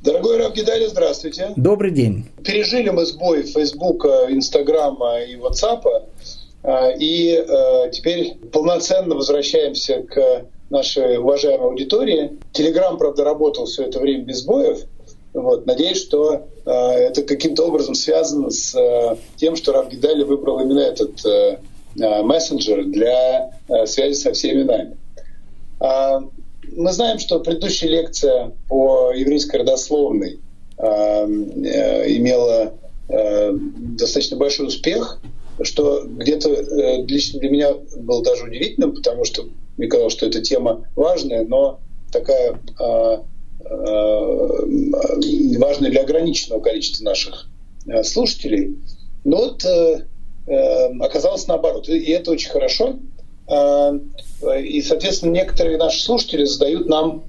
Дорогой Рав Гидалия, здравствуйте. Добрый день. Пережили мы сбой Фейсбука, Инстаграма и Ватсапа, и теперь полноценно возвращаемся к нашей уважаемой аудитории. Телеграм, правда, работал все это время без сбоев. Надеюсь, что это каким-то образом связано с тем, что Рав Гидалия выбрал именно этот мессенджер для связи со всеми нами. Мы знаем, что предыдущая лекция по еврейской родословной имела достаточно большой успех, что где-то лично для меня было даже удивительным, потому что мне казалось, что эта тема важная, но такая важная для ограниченного количества наших слушателей. Но оказалось наоборот. И это очень хорошо. И, соответственно, некоторые наши слушатели задают нам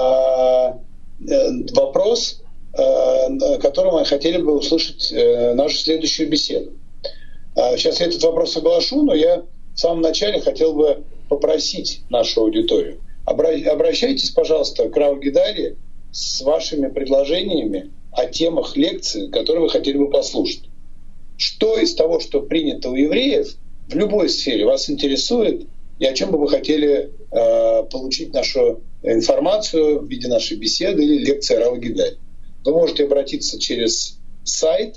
вопрос, которым мы хотели бы услышать нашу следующую беседу. Сейчас я этот вопрос оглашу, но я в самом начале хотел бы попросить нашу аудиторию. Обращайтесь, пожалуйста, к Раву Гидалии с вашими предложениями о темах лекции, которые вы хотели бы послушать. Что из того, что принято у евреев, в любой сфере вас интересует, и о чем бы вы хотели получить нашу информацию в виде нашей беседы или лекции Рава Гидалии. Вы можете обратиться через сайт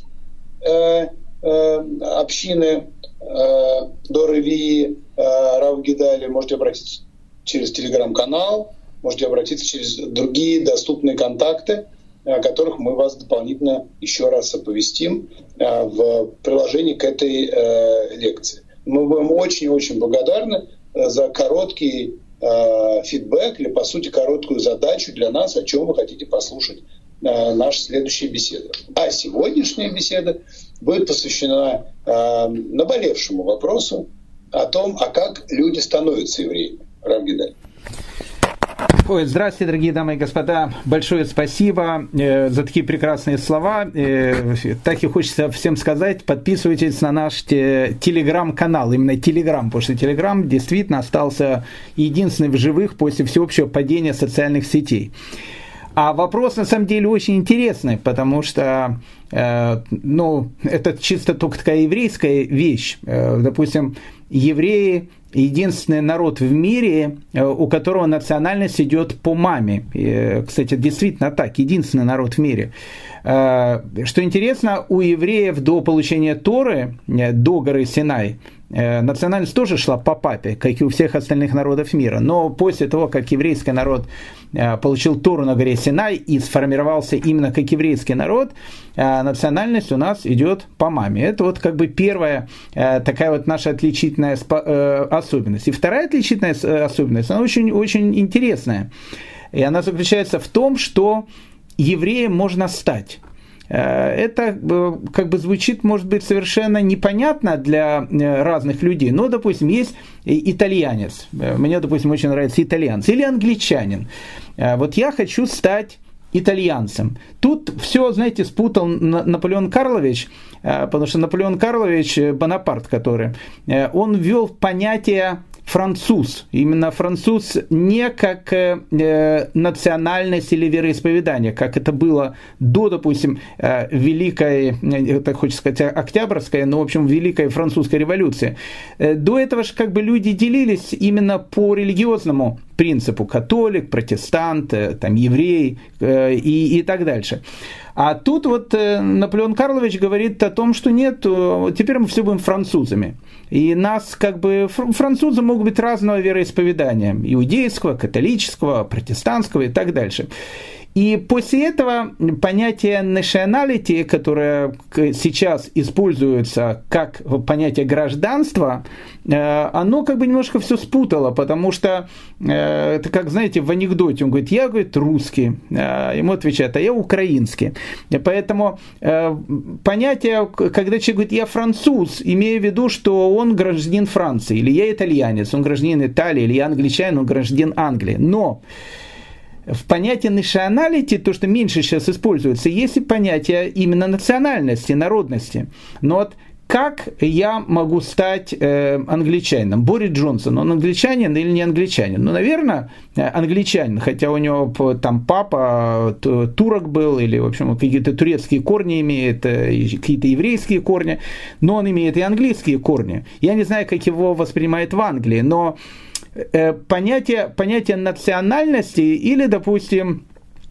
общины Дор Вии Рава Гидалии, можете обратиться через телеграм-канал, можете обратиться через другие доступные контакты, о которых мы вас дополнительно еще раз оповестим в приложении к этой лекции. Мы будем очень-очень благодарны за короткий фидбэк или, по сути, короткую задачу для нас, о чем вы хотите послушать наша следующая беседа. А сегодняшняя беседа будет посвящена наболевшему вопросу о том, а как люди становятся евреями. Рав Гидалия. Здравствуйте, дорогие дамы и господа. Большое спасибо за такие прекрасные слова. Так и хочется всем сказать, подписывайтесь на наш телеграм-канал, именно телеграм, потому что телеграм действительно остался единственным в живых после всеобщего падения социальных сетей. А вопрос, на самом деле, очень интересный, потому что это чисто только такая еврейская вещь. Допустим, евреи – единственный народ в мире, у которого национальность идет по маме. И, кстати, действительно так, единственный народ в мире. Что интересно, у евреев до получения Торы, до горы Синай, национальность тоже шла по папе, как и у всех остальных народов мира. Но после того, как еврейский народ получил Тору на горе Синай и сформировался именно как еврейский народ, национальность у нас идет по маме. Это как бы первая такая вот наша отличительная особенность. И вторая отличительная особенность, она очень интересная. И она заключается в том, что евреем можно стать. Это как бы звучит, может быть, совершенно непонятно для разных людей. Но, допустим, есть итальянец. Мне, допустим, очень нравятся итальянцы. Или англичанин. Вот я хочу стать итальянцем. Тут все, знаете, спутал Наполеон Карлович, потому что Наполеон Карлович Бонапарт, он ввел понятие француз. Именно француз не как национальность или вероисповедание, как это было до, допустим, Великой, так хочется сказать, Октябрьской, но, в общем, Великой Французской революции. До этого же как бы люди делились именно по религиозному принципу: католик, протестант, там, еврей и так дальше. А тут Наполеон Карлович говорит о том, что нет, теперь мы все будем французами. И нас французы могут быть разного вероисповедания: иудейского, католического, протестантского и так дальше. И после этого понятие nationality, которое сейчас используется как понятие гражданства, оно немножко все спутало, потому что это как, знаете, в анекдоте, он говорит: я, русский, ему отвечают: а я украинский. Поэтому понятие, когда человек говорит: я француз, имея в виду, что он гражданин Франции, или я итальянец, он гражданин Италии, или я англичанин, он гражданин Англии. Но в понятии nationality, то, что меньше сейчас используется, есть и понятие именно национальности, народности. Но как я могу стать англичанином? Борис Джонсон, он англичанин или не англичанин? Ну, наверное, англичанин, хотя у него там папа турок был, или, в общем, какие-то турецкие корни имеет, какие-то еврейские корни, но он имеет и английские корни. Я не знаю, как его воспринимают в Англии, но понятие национальности или, допустим,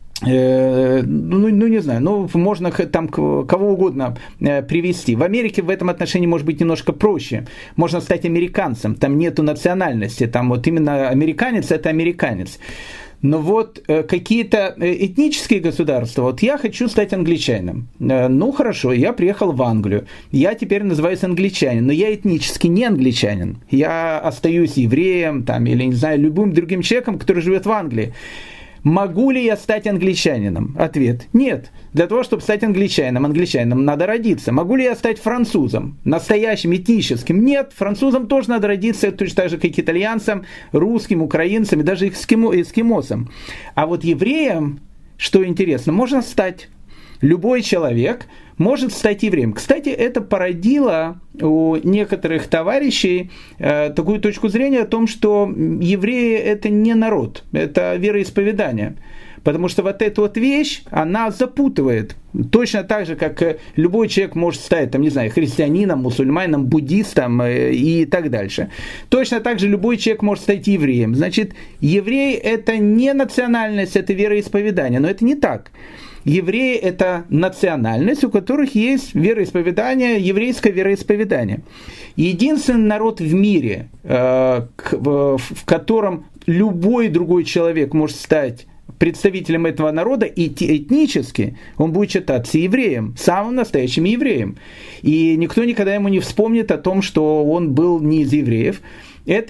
не знаю, можно там кого угодно привести. В Америке в этом отношении может быть немножко проще. Можно стать американцем, там нету национальности, там вот именно американец – это американец. Но вот какие-то этнические государства, вот я хочу стать англичанином. Ну хорошо, я приехал в Англию, я теперь называюсь англичанин, но я этнически не англичанин. Я остаюсь евреем там, или, не знаю, любым другим человеком, который живет в Англии. Могу ли я стать англичанином? Ответ – нет. Для того, чтобы стать англичанином надо родиться. Могу ли я стать французом? Настоящим, этническим? Нет. Французам тоже надо родиться, точно так же, как итальянцам, русским, украинцам и даже эскимосам. А вот евреям, что интересно, можно стать. Любой человек может стать евреем. Кстати, это породило у некоторых товарищей такую точку зрения о том, что евреи – это не народ, это вероисповедание. Потому что вот эта вот вещь, она запутывает. Точно так же, как любой человек может стать, там, не знаю, христианином, мусульманином, буддистом и так дальше. Точно так же любой человек может стать евреем. Значит, еврей – это не национальность, это вероисповедание. Но это не так. Евреи – это национальность, у которых есть вероисповедание, еврейское вероисповедание. Единственный народ в мире, в котором любой другой человек может стать представителем этого народа, и этнически он будет считаться евреем, самым настоящим евреем. И никто никогда ему не вспомнит о том, что он был не из евреев. Это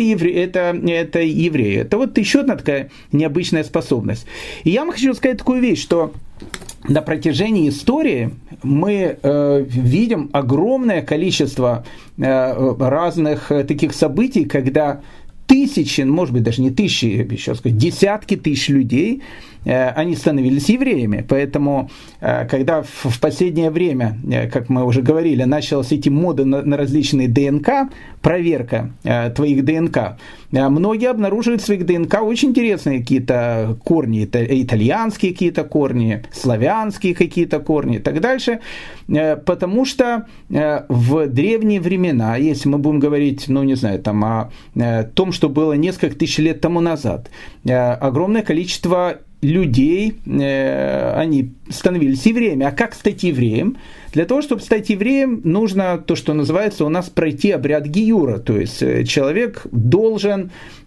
евреи. Это вот еще одна такая необычная способность. И я вам хочу сказать такую вещь, что на протяжении истории мы видим огромное количество разных таких событий, когда тысячи, может быть, даже не тысячи, еще сказать, десятки тысяч людей, они становились евреями. Поэтому, когда в последнее время, как мы уже говорили, началась идти мода на различные ДНК, проверка твоих ДНК, многие обнаруживают в своих ДНК очень интересные какие-то корни, итальянские какие-то корни, славянские какие-то корни и так дальше, потому что в древние времена, если мы будем говорить, не знаю, там, о том, что было несколько тысяч лет тому назад, огромное количество людей, они становились евреями. А как стать евреем? Для того, чтобы стать евреем, нужно то, что называется у нас пройти обряд гиюра. То есть человек должен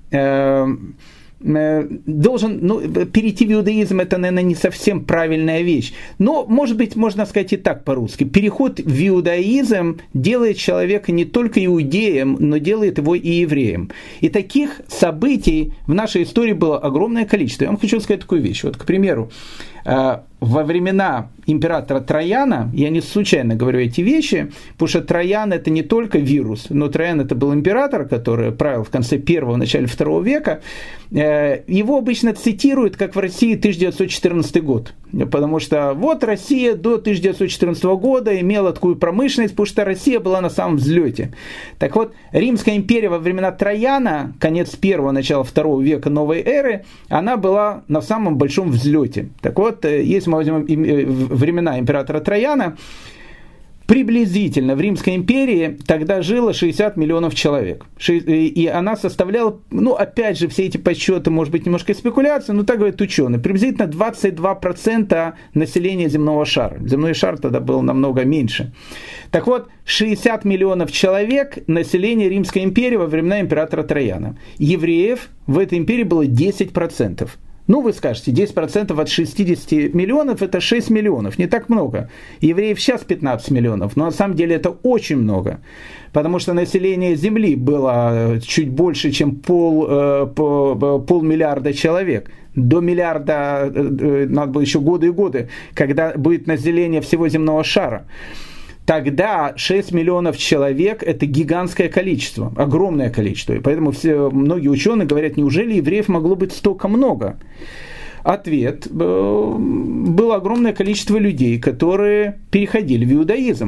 перейти в иудаизм, это, наверное, не совсем правильная вещь. Но, может быть, можно сказать и так по-русски. Переход в иудаизм делает человека не только иудеем, но делает его и евреем. И таких событий в нашей истории было огромное количество. Я вам хочу сказать такую вещь. Вот, к примеру, во времена императора Трояна, я не случайно говорю эти вещи, потому что Троян это не только вирус, но Троян это был император, который правил в конце 1-го, начале 2 века. Его обычно цитируют, как в России 1914 год. Потому что вот Россия до 1914 года имела такую промышленность, потому что Россия была на самом взлете. Так вот, Римская империя во времена Трояна, конец 1-го, начало 2 века новой эры, она была на самом большом взлете. Так вот, если мы возьмем времена императора Трояна, приблизительно в Римской империи тогда жило 60 миллионов человек. И она составляла, опять же, все эти подсчеты, может быть, немножко спекуляция, но так говорят ученые, приблизительно 22% населения земного шара. Земной шар тогда был намного меньше. Так вот, 60 миллионов человек населения Римской империи во времена императора Трояна. Евреев в этой империи было 10%. Вы скажете, 10% от 60 миллионов – это 6 миллионов, не так много. Евреев сейчас 15 миллионов, но на самом деле это очень много. Потому что население Земли было чуть больше, чем полмиллиарда человек. До миллиарда надо было еще годы и годы, когда будет население всего земного шара. Тогда 6 миллионов человек – это гигантское количество, огромное количество. И поэтому многие ученые говорят, неужели евреев могло быть столько много? Ответ – было огромное количество людей, которые переходили в иудаизм.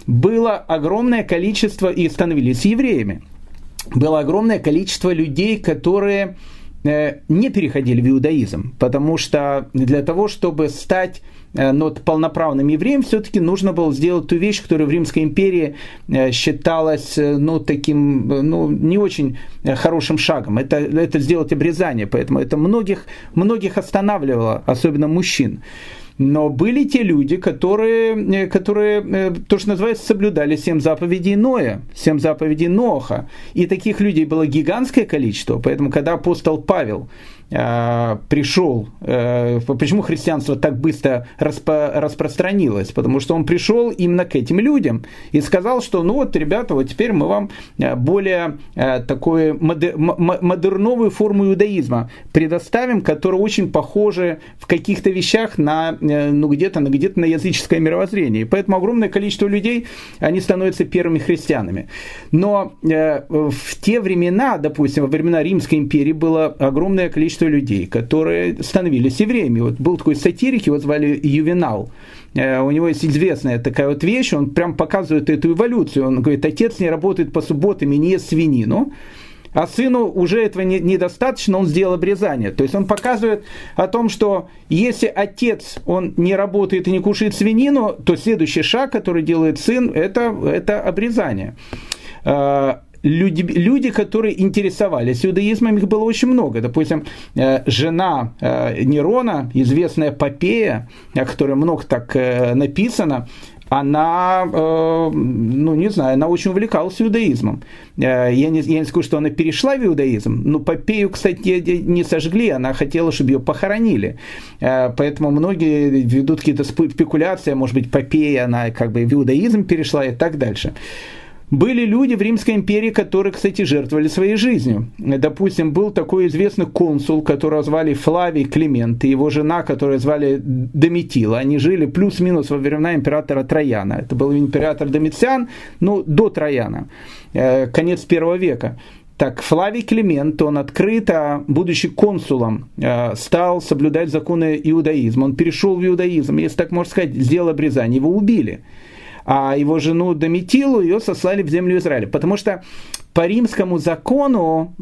было огромное количество, и становились евреями, было огромное количество людей, которые не переходили в иудаизм, потому что для того, чтобы стать полноправным евреем, все-таки нужно было сделать ту вещь, которая в Римской империи считалась таким не очень хорошим шагом. Это сделать обрезание, поэтому это многих останавливало, особенно мужчин. Но были те люди, которые то, что называется, соблюдали 7 заповедей Ноя, 7 заповедей Ноаха. И таких людей было гигантское количество. Поэтому, когда апостол Павел пришел, почему христианство так быстро распространилось? Потому что он пришел именно к этим людям и сказал, что ребята, вот теперь мы вам более такую модерновую форму иудаизма предоставим, которая очень похожа в каких-то вещах на где-то на языческое мировоззрение. И поэтому огромное количество людей, они становятся первыми христианами. Но в те времена, допустим, во времена Римской империи было огромное количество людей, которые становились евреями. Вот был такой сатирик, его звали Ювенал. У него есть известная такая вот вещь, он прям показывает эту эволюцию. Он говорит, отец не работает по субботам и не ест свинину, а сыну уже этого недостаточно, он сделал обрезание. То есть он показывает о том, что если отец, он не работает и не кушает свинину, то следующий шаг, который делает сын, это обрезание. Люди, которые интересовались иудаизмом, их было очень много. Допустим, жена Нерона, известная Попея, о которой много так написано, она, она очень увлекалась иудаизмом. Я не скажу, что она перешла в иудаизм, но Попею, кстати, не сожгли, она хотела, чтобы ее похоронили. Поэтому многие ведут какие-то спекуляции, может быть, Попея, она как бы в иудаизм перешла и так дальше. Были люди в Римской империи, которые, кстати, жертвовали своей жизнью. Допустим, был такой известный консул, которого звали Флавий Климент, и его жена, которую звали Доmitilla. Они жили плюс-минус во времена императора Трояна. Это был император Домициан, до Трояна, конец 1 века. Так, Флавий Климент, он открыто, будучи консулом, стал соблюдать законы иудаизма. Он перешел в иудаизм, если так можно сказать, сделал обрезание, его убили. А его жену Домитилу ее сослали в землю Израиля. Потому что по римскому закону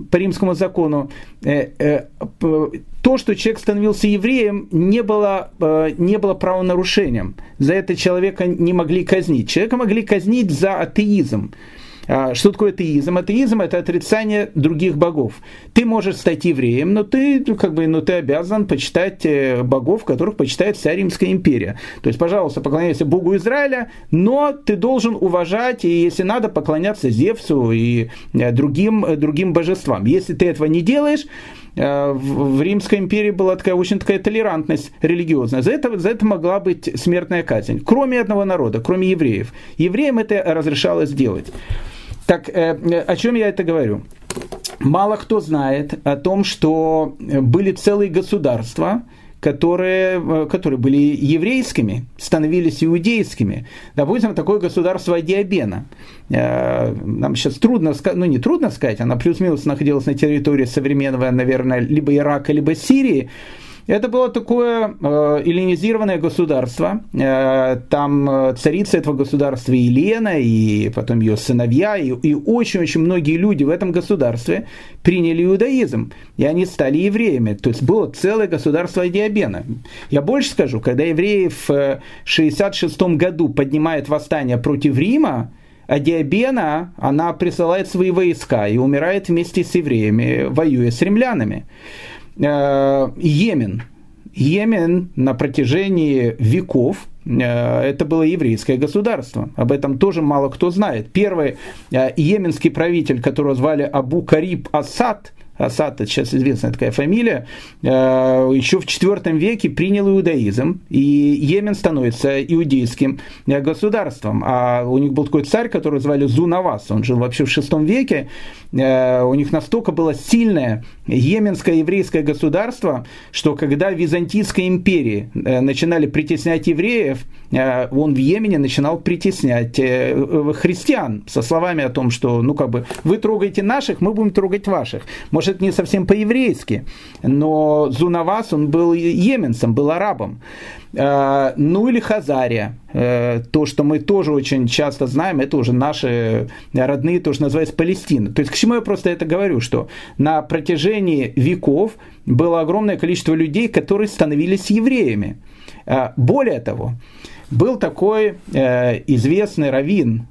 то, что человек становился евреем, не было правонарушением. За это человека не могли казнить. Человека могли казнить за атеизм. Что такое атеизм? Атеизм – это отрицание других богов. Ты можешь стать евреем, но ты обязан почитать богов, которых почитает вся Римская империя. То есть, пожалуйста, поклоняйся Богу Израиля, но ты должен уважать, и если надо, поклоняться Зевсу и другим божествам. Если ты этого не делаешь, в Римской империи была очень такая толерантность религиозная. За это могла быть смертная казнь. Кроме одного народа, кроме евреев. Евреям это разрешалось делать. Так, о чем я это говорю? Мало кто знает о том, что были целые государства, которые были еврейскими, становились иудейскими. Допустим, такое государство Диабена. Нам сейчас трудно сказать, не трудно сказать, она плюс-минус находилась на территории современного, наверное, либо Ирака, либо Сирии. Это было такое эллинизированное государство. Там царица этого государства Елена, и потом ее сыновья, и очень-очень многие люди в этом государстве приняли иудаизм, и они стали евреями. То есть было целое государство Диабена. Я больше скажу, когда евреи в 66 году поднимают восстание против Рима, а Диабена, она присылает свои войска и умирает вместе с евреями, воюя с римлянами. Йемен на протяжении веков это было еврейское государство. Об этом тоже мало кто знает. Первый йеменский правитель, которого звали Абу Кариб Асад, это сейчас известная такая фамилия, еще в IV веке принял иудаизм, и Йемен становится иудейским государством. А у них был такой царь, которого звали Зунавас, он жил вообще в VI веке. У них настолько было сильное йеменское еврейское государство, что когда в Византийской империи начинали притеснять евреев, он в Йемене начинал притеснять христиан со словами о том, что вы трогаете наших, мы будем трогать ваших. Может, может, не совсем по-еврейски, но Зунавас, он был йеменцем, был арабом. Ну или Хазария, то, что мы тоже очень часто знаем, это уже наши родные, то, что называется Палестина. То есть к чему я просто это говорю, что на протяжении веков было огромное количество людей, которые становились евреями. Более того, был такой известный раввин,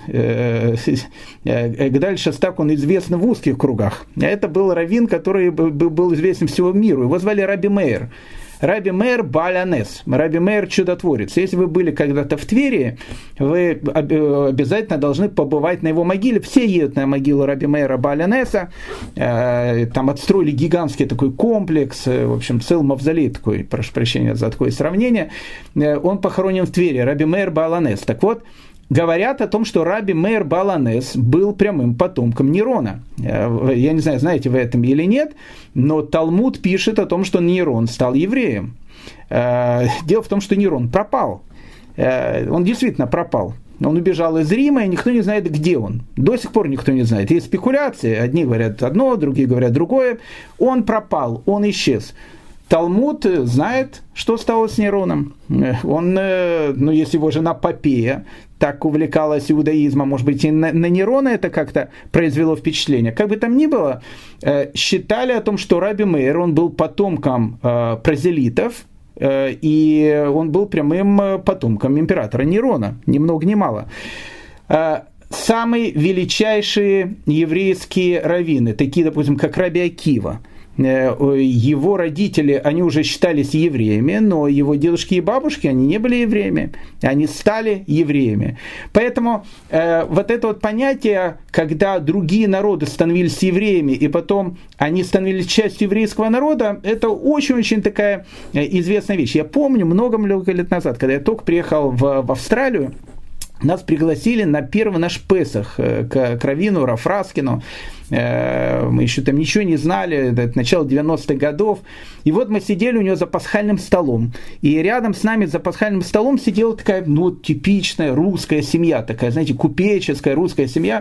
Эгдаль Шостак, он известен в узких кругах. Это был раввин, который был известен всему миру. Его звали Раби Меир. Раби Меир Бааль ха-Нес, Раби Меир чудотворец. Если вы были когда-то в Твери, вы обязательно должны побывать на его могиле. Все едут на могилу Раби Меира Бааль ха-Неса. Там отстроили гигантский такой комплекс, в общем, целый мавзолей такой, прошу прощения за такое сравнение. Он похоронен в Твери, Раби Меир Бааль ха-Нес. Так вот, говорят о том, что Раби Меир Бааль ха-Нес был прямым потомком Нерона. Я не знаю, знаете вы это или нет, но Талмуд пишет о том, что Нерон стал евреем. Дело в том, что Нерон пропал. Он действительно пропал. Он убежал из Рима, и никто не знает, где он. До сих пор никто не знает. Есть спекуляции. Одни говорят одно, другие говорят другое. Он пропал, он исчез. Талмуд знает, что стало с Нероном. Он, ну, если его жена Попея так увлекалась иудаизмом, может быть, и на Нерона это как-то произвело впечатление. Как бы там ни было, считали о том, что Раби Меир, он был потомком прозелитов, и он был прямым потомком императора Нерона, ни много ни мало. Самые величайшие еврейские раввины, такие, допустим, как Раби Акива, его родители, они уже считались евреями, но его дедушки и бабушки, они не были евреями, они стали евреями. Поэтому вот это вот понятие, когда другие народы становились евреями, и потом они становились частью еврейского народа, это очень-очень такая известная вещь. Я помню, много-много лет назад, когда я только приехал в Австралию, нас пригласили на первый наш Песах к раввину Раф Раскину. Мы еще там ничего не знали, это начало 90-х годов. И вот мы сидели у него за пасхальным столом. И рядом с нами за пасхальным столом сидела такая, ну, типичная русская семья, такая, знаете, купеческая русская семья.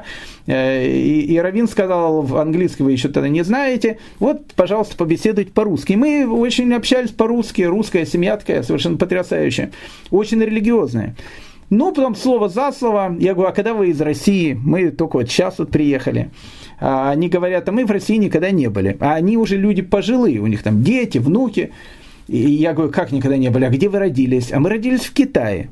И раввин сказал, английский вы еще тогда не знаете, вот, пожалуйста, побеседуйте по-русски. И мы очень общались по-русски, русская семья такая совершенно потрясающая, очень религиозная. Ну, потом слово за слово, я говорю, а когда вы из России? Мы только вот сейчас вот приехали. Они говорят, а мы в России никогда не были. А они уже люди пожилые, у них там дети, внуки. И я говорю, как никогда не были? А где вы родились? А мы родились в Китае.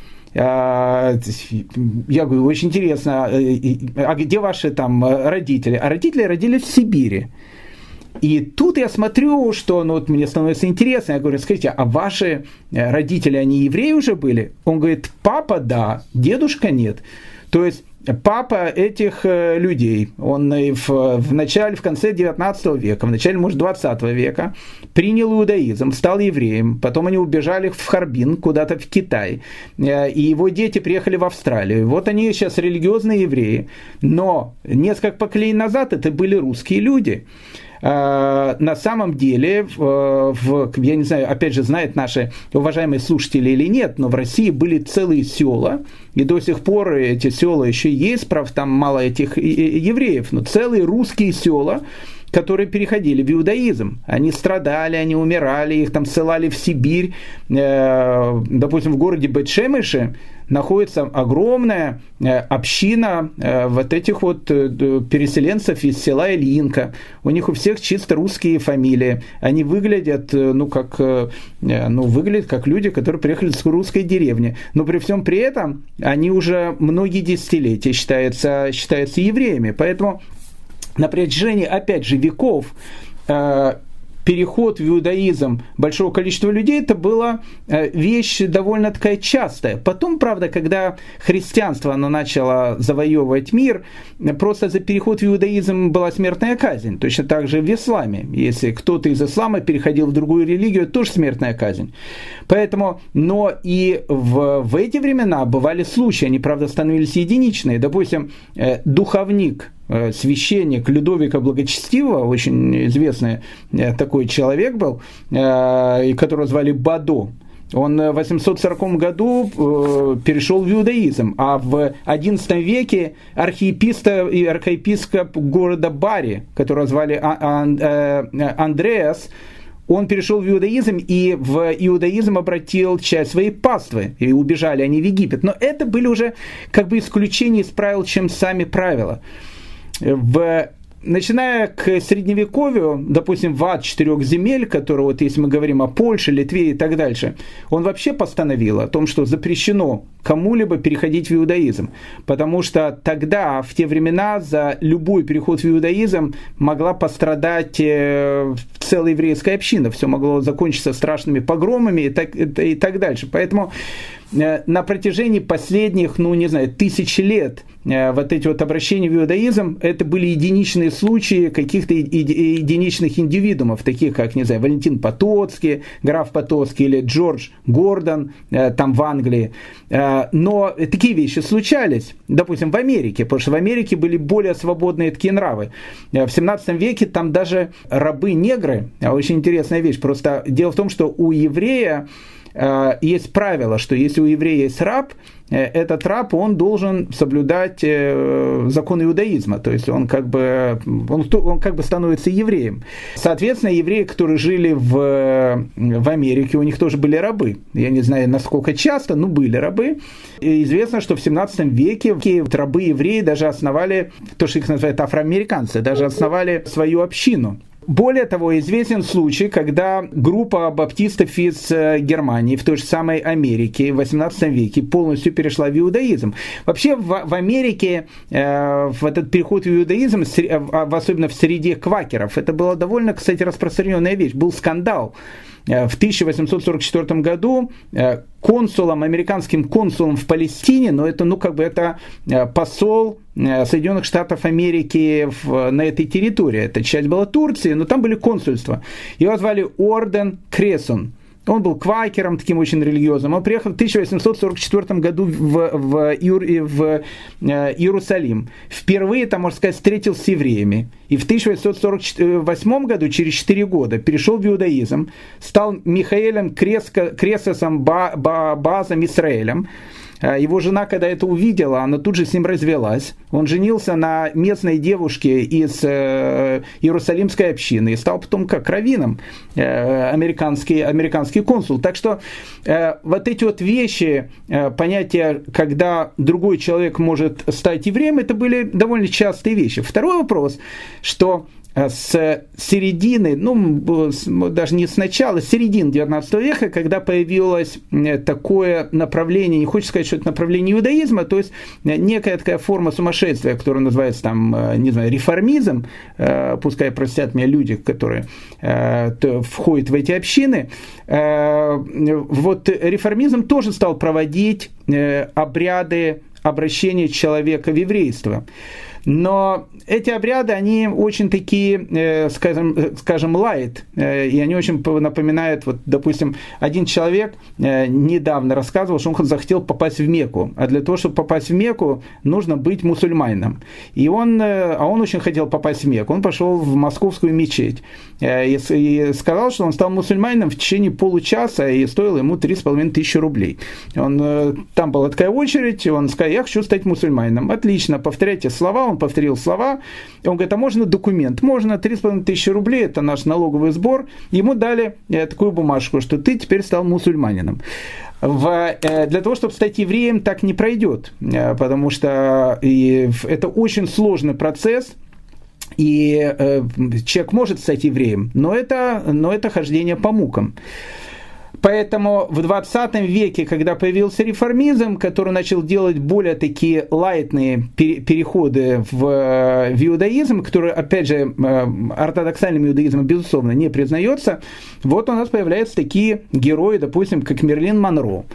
Я говорю, очень интересно, а где ваши там родители? А родители родились в Сибири. И тут я смотрю, что ну, вот мне становится интересно. Я говорю, скажите, а ваши родители, они евреи уже были? Он говорит, папа да, дедушка нет. То есть папа этих людей, он в начале, в конце 19 века, в начале, может, 20 века принял иудаизм, стал евреем, потом они убежали в Харбин, куда-то в Китай, и его дети приехали в Австралию. Вот они сейчас религиозные евреи, но несколько поколений назад это были русские люди. На самом деле, я не знаю, опять же, знают наши уважаемые слушатели или нет, но в России были целые села, и до сих пор эти села еще есть, правда, там мало этих евреев, но целые русские села, которые переходили в иудаизм. Они страдали, они умирали, их там ссылали в Сибирь. Допустим, в городе Бет-Шемеше находится огромная община вот этих вот переселенцев из села Ильинка. У них у всех чисто русские фамилии. Они выглядят, выглядят как люди, которые приехали с русской деревни. Но при всем при этом они уже многие десятилетия считаются евреями. Поэтому на протяжении, опять же, веков переход в иудаизм большого количества людей, это была вещь довольно такая частая. Потом, правда, когда христианство оно начало завоевывать мир, просто за переход в иудаизм была смертная казнь. Точно так же в исламе. Если кто-то из ислама переходил в другую религию, тоже смертная казнь. Поэтому, но и в эти времена бывали случаи, они, правда, становились единичные. Допустим, духовник, священник Людовика Благочестивого, очень известный такой человек был, которого звали Бадо, Он в 840 году перешел в иудаизм, а в XI веке архиепископ города Бари, которого звали Андреас, он перешел в иудаизм и в иудаизм обратил часть своей паствы, и убежали они в Египет. Но это были уже как бы исключения из правил, чем сами правила. Начиная к Средневековью, допустим, Ваат 4 земель, который, вот если мы говорим о Польше, Литве и так дальше, он вообще постановил о том, что запрещено кому-либо переходить в иудаизм, потому что тогда, в те времена, за любой переход в иудаизм могла пострадать целая еврейская община, все могло закончиться страшными погромами и так дальше. Поэтому на протяжении последних, тысячи лет вот эти вот обращения в иудаизм, это были единичные случаи каких-то единичных индивидуумов, таких как, Валентин Потоцкий, граф Потоцкий или Джордж Гордон там в Англии. Но такие вещи случались, допустим, в Америке, потому что в Америке были более свободные такие нравы. В 17 веке там даже рабы-негры, очень интересная вещь, просто дело в том, что у еврея есть правило, что если у еврея есть раб, этот раб, он должен соблюдать закон иудаизма, то есть он как бы становится евреем. Соответственно, евреи, которые жили в Америке, у них тоже были рабы. Я не знаю, насколько часто, но были рабы. И известно, что в 17 веке рабы-евреи даже основали, то, что их называют афроамериканцы, даже основали свою общину. Более того, известен случай, когда группа баптистов из Германии, в той же самой Америке в XVIII веке полностью перешла в иудаизм. Вообще в Америке в этот переход в иудаизм, особенно в среде квакеров, это была довольно, кстати, распространенная вещь. Был скандал. В 1844 году американским консулом в Палестине, но это, это посол Соединенных Штатов Америки на этой территории. Эта часть была Турции, но там были консульства. Его звали Орден Крессон. Он был квакером, таким очень религиозным. Он приехал в 1844 году в Иерусалим. Впервые, там, можно сказать, встретился с евреями. И в 1848 году, через 4 года, перешел в иудаизм, стал Михаэлем Кресосом Баазом Исраэлем. Его жена, когда это увидела, она тут же с ним развелась. Он женился на местной девушке из Иерусалимской общины и стал потом как раввином, американский консул. Так что вот эти вот вещи, понятия, когда другой человек может стать евреем, это были довольно частые вещи. Второй вопрос, что с середины, даже не с начала, с середины 19 века, когда появилось такое направление, не хочется сказать, что это направление иудаизма, то есть некая такая форма сумасшествия, которая называется реформизм, пускай простят меня люди, которые входят в эти общины, вот реформизм тоже стал проводить обряды обращения человека в еврейство. Но эти обряды, они очень такие, скажем, лайт, и они очень напоминают, вот, допустим, один человек недавно рассказывал, что он захотел попасть в Мекку, а для того, чтобы попасть в Мекку, нужно быть мусульманином. И он очень хотел попасть в Мекку, он пошел в московскую мечеть и сказал, что он стал мусульманином в течение получаса, и стоило ему 3500 рублей. Там была такая очередь, и он сказал: я хочу стать мусульманином. Отлично, повторяйте слова. Он повторил слова, и он говорит: а можно документ? Можно, 3500 рублей, это наш налоговый сбор. Ему дали такую бумажку, что ты теперь стал мусульманином. Для того, чтобы стать евреем, так не пройдет, потому что это очень сложный процесс, и человек может стать евреем, но это хождение по мукам. Поэтому в 20 веке, когда появился реформизм, который начал делать более такие лайтные переходы в иудаизм, который, опять же, ортодоксальным иудаизмом, безусловно, не признается, вот у нас появляются такие герои, допустим, как Мерлин Монро,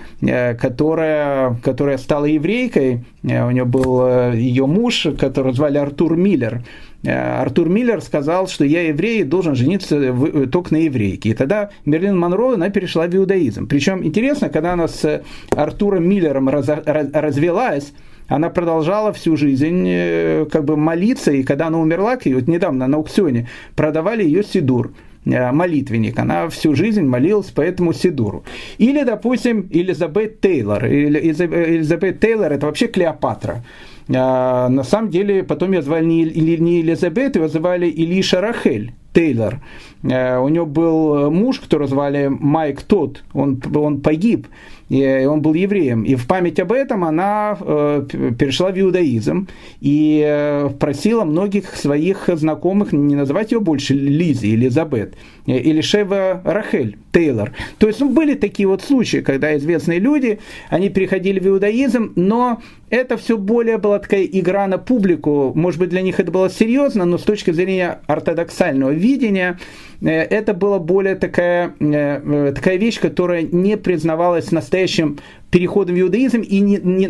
которая стала еврейкой, у нее был ее муж, которого звали Артур Миллер. Артур Миллер сказал, что я еврей, должен жениться только на еврейке. И тогда Мерлин Монро, она перешла в иудаизм. Причем интересно, когда она с Артуром Миллером развелась, она продолжала всю жизнь молиться, и когда она умерла, вот недавно на аукционе продавали ее сидур. молитвенник. Она всю жизнь молилась по этому сидуру. Или, допустим, Элизабет Тейлор. Элизабет Тейлор – это вообще Клеопатра. На самом деле, потом ее звали не Элизабет, ее звали Илиша Рахель Тейлор. У него был муж, которого звали Майк Тодд, он погиб, и он был евреем. И в память об этом она перешла в иудаизм и просила многих своих знакомых не называть ее больше Лизи, Элизабет, или Шева Рахель Тейлор. То есть были такие вот случаи, когда известные люди, они переходили в иудаизм, но это все более была такая игра на публику. Может быть, для них это было серьезно, но с точки зрения ортодоксального видения, это была более такая вещь, которая не признавалась настоящим переходом в иудаизм, и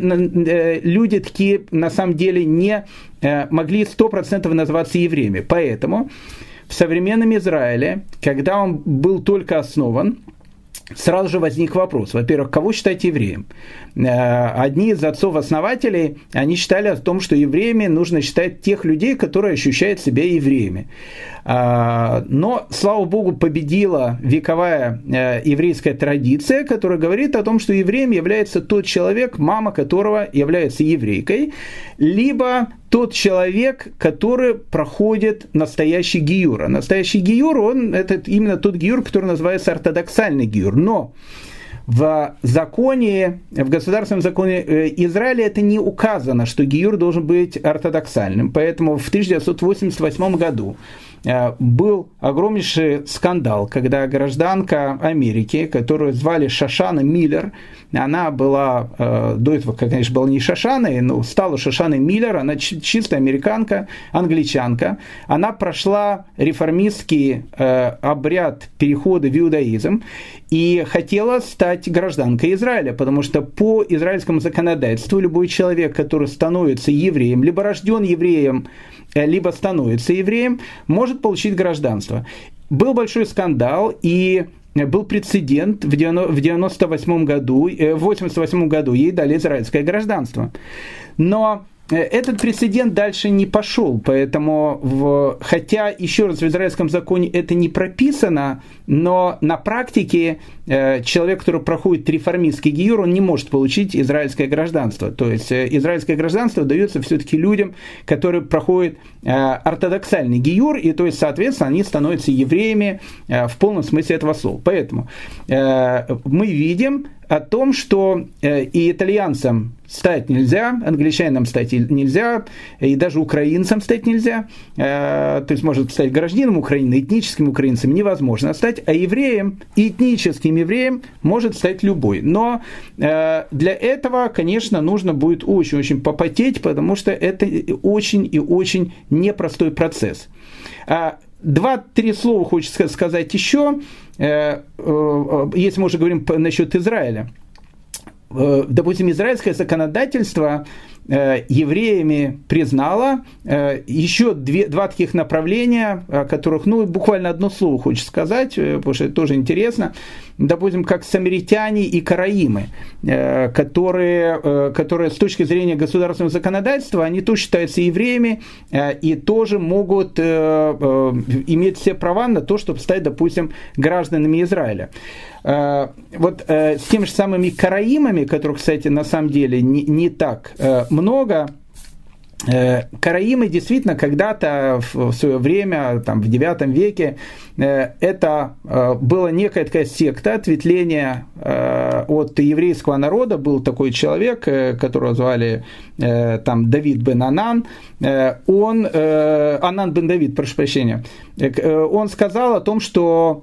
люди такие на самом деле не могли 100% называться евреями. Поэтому в современном Израиле, когда он был только основан, сразу же возник вопрос. Во-первых, кого считать евреем? Одни из отцов-основателей, они считали о том, что евреями нужно считать тех людей, которые ощущают себя евреями. Но, слава Богу, победила вековая еврейская традиция, которая говорит о том, что евреем является тот человек, мама которого является еврейкой, либо тот человек, который проходит настоящий гиюр. А настоящий гиюр, это именно тот гиюр, который называется ортодоксальный гиюр. Но в законе, в государственном законе Израиля это не указано, что гиюр должен быть ортодоксальным. Поэтому в 1988 году был огромнейший скандал, когда гражданка Америки, которую звали Шошана Миллер, она была, до этого, конечно, была не Шошаной, но стала Шошаной Миллер, она чистая американка, англичанка, она прошла реформистский обряд перехода в иудаизм и хотела стать гражданкой Израиля, потому что по израильскому законодательству любой человек, который становится евреем, либо рожден евреем, либо становится евреем, может получить гражданство. Был большой скандал, и был прецедент в 88 году, в 88 году ей дали израильское гражданство. Но этот прецедент дальше не пошел, поэтому, хотя, еще раз, в израильском законе это не прописано, но на практике человек, который проходит реформистский гиюр, он не может получить израильское гражданство. То есть израильское гражданство дается все-таки людям, которые проходят ортодоксальный гиюр, и то есть, соответственно, они становятся евреями в полном смысле этого слова. Поэтому мы видим о том, что и итальянцам стать нельзя, англичанам стать нельзя, и даже украинцам стать нельзя. То есть, может стать гражданином Украины, этническим украинцем невозможно стать, а евреем, этническим евреем может стать любой. Но для этого, конечно, нужно будет очень-очень попотеть, потому что это очень и очень непростой процесс. 2-3 слова хочется сказать еще, если мы уже говорим насчет Израиля. Допустим, израильское законодательство евреями признало еще два таких направления, о которых, буквально одно слово хочется сказать, потому что это тоже интересно. Допустим, как самаритяне и караимы, которые с точки зрения государственного законодательства, они тоже считаются евреями и тоже могут иметь все права на то, чтобы стать, допустим, гражданами Израиля. Вот с теми же самыми караимами, которых, кстати, на самом деле не так много, караимы действительно когда-то в свое время, там, в IX веке, это была некая такая секта, ответвление от еврейского народа. Был такой человек, которого звали там Давид бен Анан, Анан бен Давид, прошу прощения, он сказал о том, что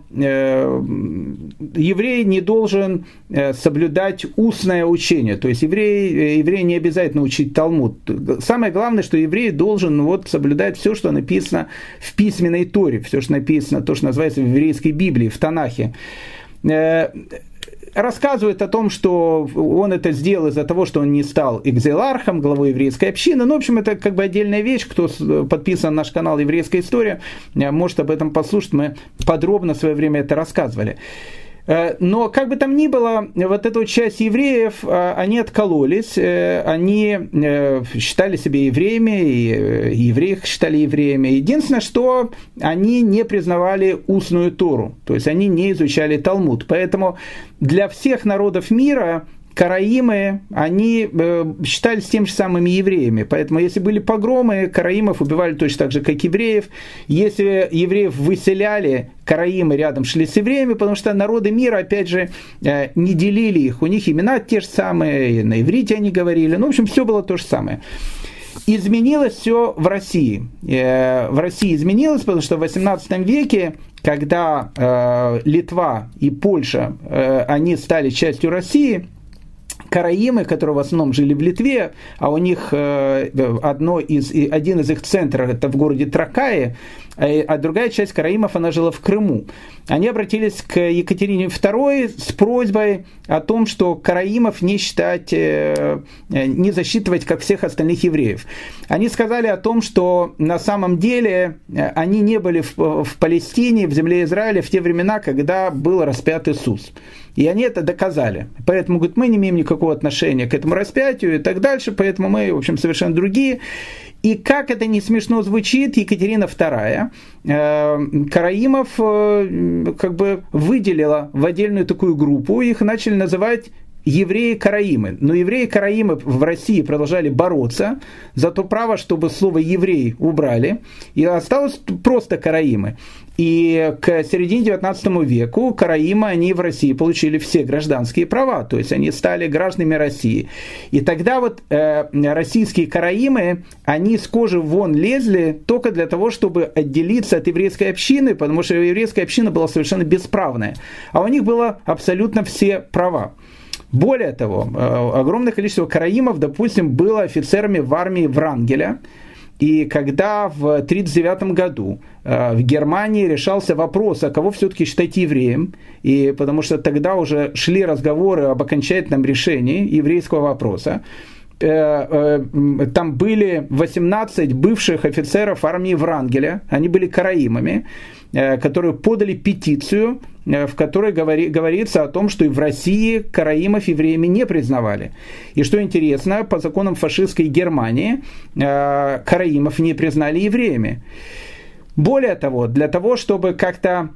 еврей не должен соблюдать устное учение, то есть еврей не обязательно учить Талмуд. Самое главное, что еврей должен соблюдать все, что написано в письменной Торе, все, что написано, то, что называется в еврейской Библии, в Танахе. Рассказывает о том, что он это сделал из-за того, что он не стал экзилархом, главой еврейской общины. В общем, это как бы отдельная вещь. Кто подписан на наш канал «Еврейская история», может об этом послушать. Мы подробно в свое время это рассказывали. Но как бы там ни было, вот эта вот часть евреев, они откололись, они считали себя евреями, и евреи их считали евреями. Единственное, что они не признавали устную Тору, то есть они не изучали Талмуд. Поэтому для всех народов мира караимы, они считались тем же самыми евреями. Поэтому, если были погромы, караимов убивали точно так же, как евреев. Если евреев выселяли, караимы рядом шли с евреями, потому что народы мира, опять же, не делили их. У них имена те же самые, на иврите они говорили. Ну, в общем, все было то же самое. Изменилось все в России. В России изменилось, потому что в XVIII веке, когда Литва и Польша, они стали частью России, караимы, которые в основном жили в Литве, а у них один из их центров это в городе Тракае, а другая часть караимов, она жила в Крыму. Они обратились к Екатерине II с просьбой о том, что караимов не считать, не засчитывать, как всех остальных евреев. Они сказали о том, что на самом деле они не были в Палестине, в земле Израиля в те времена, когда был распят Иисус. И они это доказали. Поэтому, говорят, мы не имеем никакого отношения к этому распятию и так дальше, поэтому мы, в общем, совершенно другие. И как это не смешно звучит, Екатерина II караимов как бы выделила в отдельную такую группу, их начали называть евреи-караимы. Но евреи-караимы в России продолжали бороться за то право, чтобы слово «еврей» убрали, и осталось просто караимы. И к середине 19 веку караимы, они в России получили все гражданские права, то есть они стали гражданами России. И тогда вот российские караимы, они с кожи вон лезли только для того, чтобы отделиться от еврейской общины, потому что еврейская община была совершенно бесправная, а у них было абсолютно все права. Более того, огромное количество караимов, допустим, было офицерами в армии Врангеля. И когда в 1939 году в Германии решался вопрос, а кого все-таки считать евреем, и потому что тогда уже шли разговоры об окончательном решении еврейского вопроса, там были 18 бывших офицеров армии Врангеля, они были караимами, которые подали петицию, в которой говорится о том, что и в России караимов евреями не признавали. И что интересно, по законам фашистской Германии караимов не признали евреями. Более того, для того, чтобы как-то,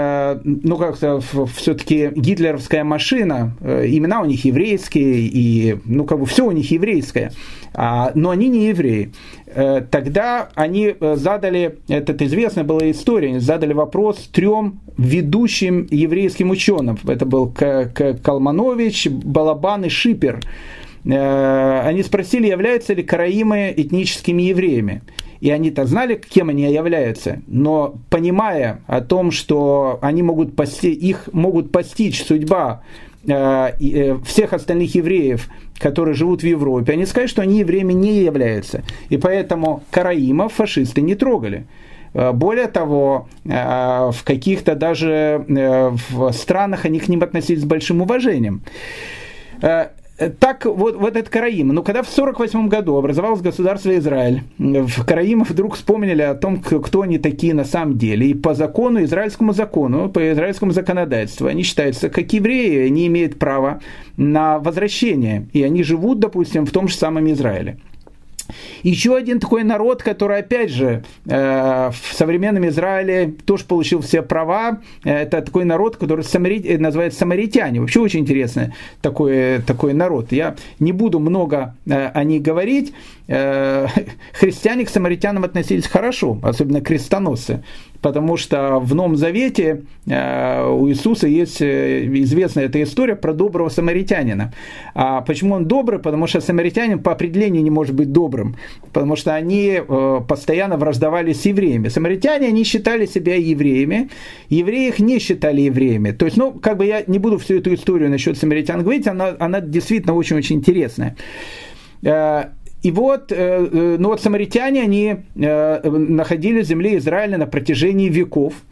все-таки гитлеровская машина, имена у них еврейские, и, все у них еврейское, но они не евреи. Тогда они задали, это известная была история, они задали вопрос 3 ведущим еврейским ученым. Это был Калманович, Балабан и Шипер. Они спросили, являются ли караимы этническими евреями. И они-то знали, кем они являются, но понимая о том, что их могут постичь судьба всех остальных евреев, которые живут в Европе, они сказали, что они евреями не являются. И поэтому караимов фашисты не трогали. Более того, в каких-то даже в странах они к ним относились с большим уважением. Так вот этот караим. Но когда в 1948 году образовалось государство Израиль, в караимах вдруг вспомнили о том, кто они такие на самом деле. И по закону, израильскому закону, по израильскому законодательству, они считаются как евреи, они имеют право на возвращение. И они живут, допустим, в том же самом Израиле. Еще один такой народ, который, опять же, в современном Израиле тоже получил все права, это такой народ, который называется самаритяне. Вообще очень интересный такой народ. Я не буду много о них говорить. Христиане к самаритянам относились хорошо, особенно крестоносцы. Потому что в Новом Завете у Иисуса есть известная эта история про доброго самаритянина. А почему он добрый? Потому что самаритянин по определению не может быть добрым. Потому что они постоянно враждовали с евреями. Самаритяне, они считали себя евреями. Евреи их не считали евреями. То есть, я не буду всю эту историю насчет самаритян говорить, она действительно очень-очень интересная. И вот самаритяне, они находились в земле Израиля на протяжении веков.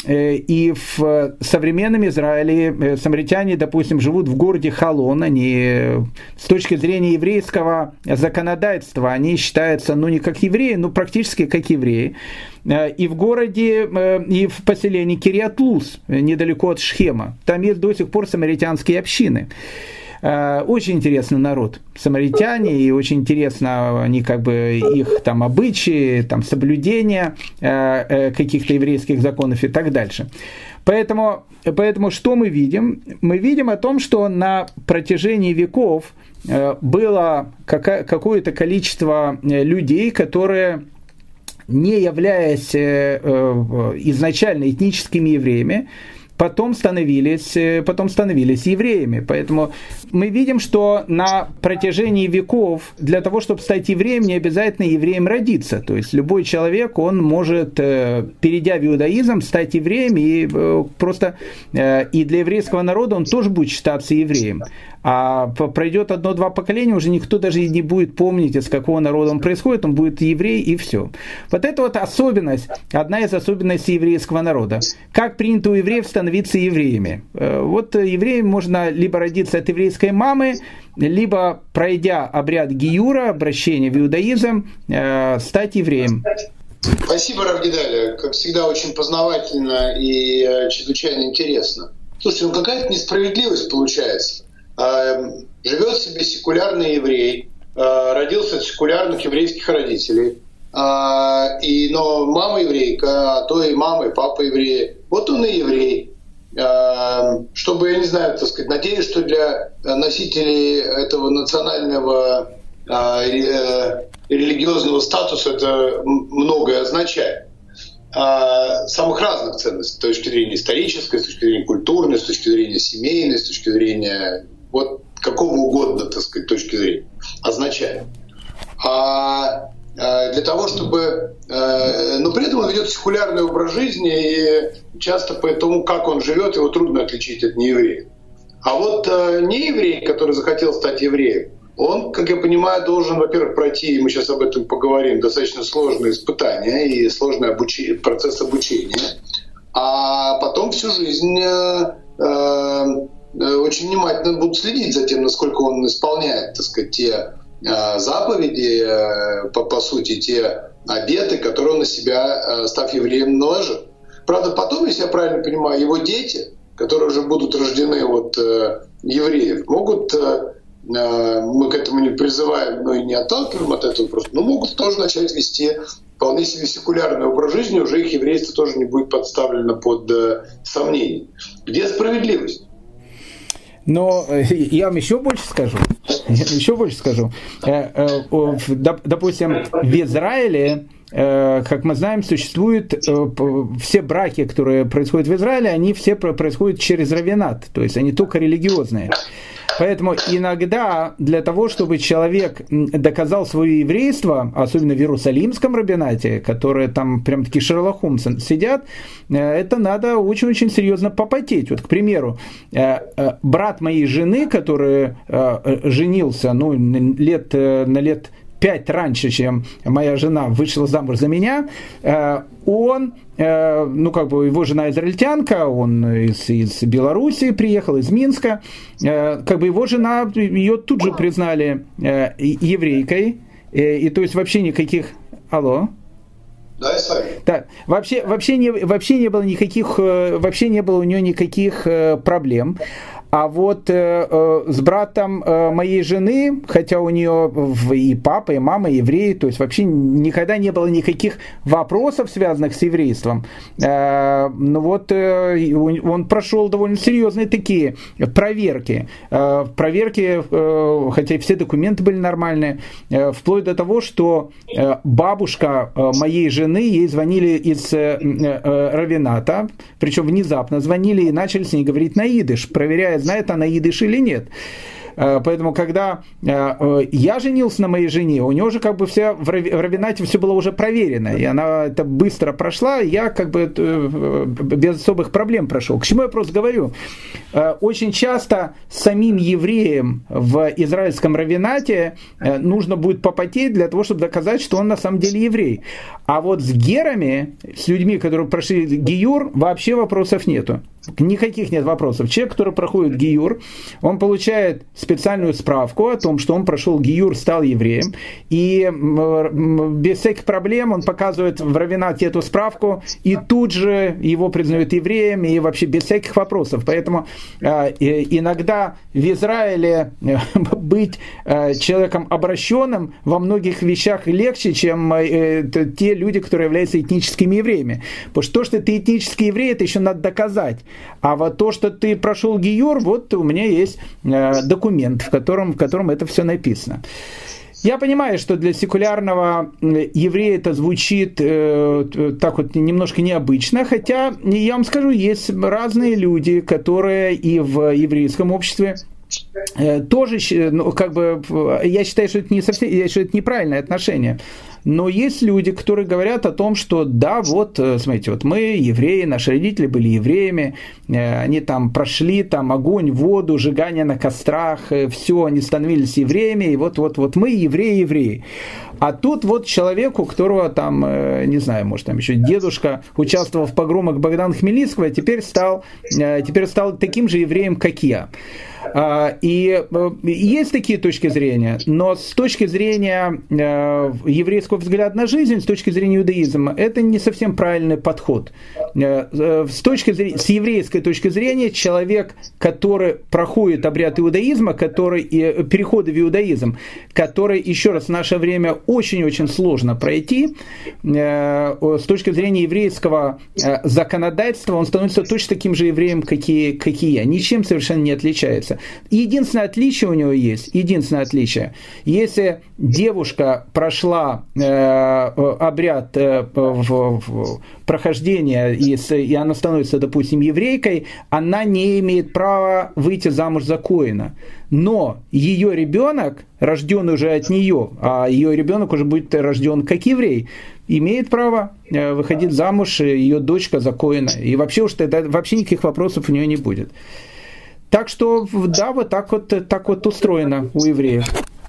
и в современном Израиле самаритяне, допустим, живут в городе Холон, они с точки зрения еврейского законодательства, они считаются, не как евреи, но практически как евреи. И в городе, и в поселении Кириат-Луз, недалеко от Шхема, там есть до сих пор самаритянские общины. Очень интересный народ, самаритяне, и очень интересно они их там обычаи, там соблюдение каких-то еврейских законов и так дальше. Поэтому что мы видим? Мы видим о том, что на протяжении веков было какое-то количество людей, которые, не являясь изначально этническими евреями, потом становились евреями. Поэтому мы видим, что на протяжении веков для того, чтобы стать евреем, не обязательно евреем родиться. То есть любой человек, он может, перейдя в иудаизм, стать евреем, и просто и для еврейского народа он тоже будет считаться евреем. А пройдет 1-2 поколения, уже никто даже не будет помнить, из какого народа он происходит, он будет еврей, и все. Вот это вот особенность, одна из особенностей еврейского народа. Как принято у евреев становиться евреями? Вот евреем можно либо родиться от еврейской мамы, либо, пройдя обряд гиюра, обращения в иудаизм, стать евреем. Спасибо, Рав Гидаля. Как всегда, очень познавательно и чрезвычайно интересно. Слушайте, какая-то несправедливость получается. Живет себе секулярный еврей, родился от секулярных еврейских родителей, но мама еврейка, а то и мама, и папа евреи. Вот он и еврей. Чтобы, я не знаю, надеюсь, что для носителей этого национального религиозного статуса это многое означает. Самых разных ценностей, с точки зрения исторической, с точки зрения культурной, с точки зрения семейной, с точки зрения какого угодно, точки зрения, означает. Для того, чтобы... Но при этом он ведет секулярный образ жизни, и часто по тому, как он живет, его трудно отличить от нееврея. А вот нееврей, который захотел стать евреем, он, как я понимаю, должен, во-первых, пройти, и мы сейчас об этом поговорим, достаточно сложные испытания и сложный процесс обучения, а потом всю жизнь очень внимательно будут следить за тем, насколько он исполняет, те заповеди, по сути, те обеты, которые он на себя, став евреем, наложил. Правда, потом, если я правильно понимаю, его дети, которые уже будут рождены от евреев, могут, мы к этому не призываем, но и не отталкиваем от этого просто, но могут тоже начать вести вполне себе секулярный образ жизни, уже их еврейство тоже не будет подставлено под сомнение. Где справедливость? Но я вам еще больше скажу. Допустим, в Израиле, как мы знаем, существуют все браки, которые происходят в Израиле, они все происходят через раввинат, то есть они только религиозные. Поэтому иногда для того, чтобы человек доказал свое еврейство, особенно в Иерусалимском раввинате, которые там прям такие Шерлок Холмсы сидят, это надо очень-очень серьезно попотеть. Вот, к примеру, брат моей жены, который женился на лет 5 раньше, чем моя жена вышла замуж за меня, он, его жена израильтянка, он из Белоруссии приехал, из Минска, его жена, ее тут же признали еврейкой, и то есть вообще никаких... Алло? Да, я с вами. Да, вообще не было у нее никаких проблем. А вот с братом моей жены, хотя у нее и папа, и мама евреи, то есть вообще никогда не было никаких вопросов, связанных с еврейством. Он прошел довольно серьезные такие проверки. Хотя и все документы были нормальные, вплоть до того, что бабушка моей жены, ей звонили из раввината, причем внезапно звонили и начали с ней говорить на идиш, проверяя, знает она идиш или нет. Поэтому, когда я женился на моей жене, у нее же как бы все в раввинате все было уже проверено, и она это быстро прошла, и я как бы без особых проблем прошел. К чему я просто говорю? Очень часто самим евреям в израильском раввинате нужно будет попотеть для того, чтобы доказать, что он на самом деле еврей. А вот с герами, с людьми, которые прошли гиюр, вообще вопросов нету. Никаких нет вопросов. Человек, который проходит гиюр, он получает специальную справку о том, что он прошел гиюр, стал евреем, и без всяких проблем он показывает в раввинате эту справку, и тут же его признают евреем, и вообще без всяких вопросов. Поэтому иногда в Израиле быть человеком обращенным во многих вещах легче, чем те люди, которые являются этническими евреями. Потому что то, что ты этнический еврей, это еще надо доказать. А вот то, что ты прошел гиюр, вот у меня есть документ, в котором это все написано. Я понимаю, что для секулярного еврея это звучит так вот немножко необычно, хотя, я вам скажу, есть разные люди, которые и в еврейском обществе тоже, ну, как бы, я считаю, что это не совсем, я считаю, это неправильное отношение. Но есть люди, которые говорят о том, что да, вот, смотрите, вот мы, евреи, наши родители были евреями, они там прошли там огонь, воду, сжигание на кострах, все, они становились евреями, и вот мы, евреи. А тут вот человеку, у которого там, не знаю, может, там еще дедушка участвовал в погромах Богдана Хмельницкого, теперь стал таким же евреем, как я. И есть такие точки зрения, но с точки зрения еврейского взгляда на жизнь, с точки зрения иудаизма, это не совсем правильный подход. С еврейской точки зрения, человек, который проходит обряд иудаизма, переходы в иудаизм, который, еще раз, в наше время очень-очень сложно пройти, с точки зрения еврейского законодательства, он становится точно таким же евреем, как и я, ничем совершенно не отличается. Единственное отличие у него есть, если девушка прошла обряд прохождения, и она становится, допустим, еврейкой, она не имеет права выйти замуж за коэна. Но ее ребенок, рожденный уже от нее, а ее ребенок уже будет рожден как еврей, имеет право выходить замуж ее дочка за коэна. И вообще вообще никаких вопросов у нее не будет. Так что, да, вот так вот устроено у евреев.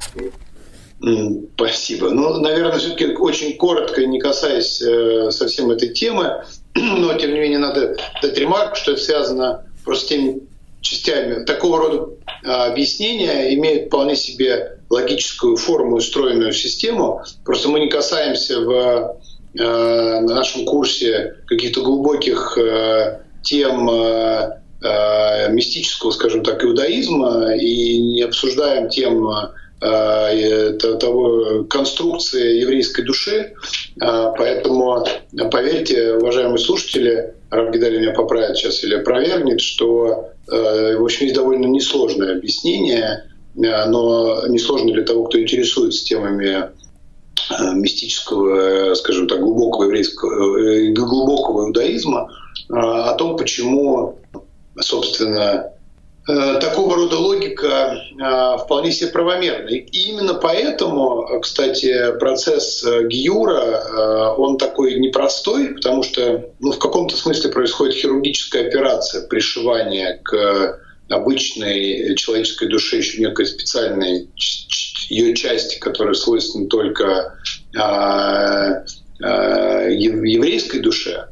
Спасибо. Ну, наверное, все-таки очень коротко, не касаясь совсем этой темы, но, тем не менее, надо дать ремарку, что это связано просто с теми частями. Такого рода объяснения имеют вполне себе логическую форму, устроенную систему. Просто мы не касаемся в нашем курсе каких-то глубоких тем мистического, скажем так, иудаизма и не обсуждаем тем того конструкции еврейской души. Поэтому поверьте, уважаемые слушатели, Рав Гидаль меня поправит сейчас или опровергнет, что, в общем, есть довольно несложное объяснение, но несложно для того, кто интересуется темами мистического, скажем так, глубокого иудаизма, о том, почему, собственно, такого рода логика вполне себе правомерна. И именно поэтому, кстати, процесс гиюра, он такой непростой, потому что в каком-то смысле происходит хирургическая операция пришивания к обычной человеческой душе еще некой специальной ее части, которая свойственна только еврейской душе.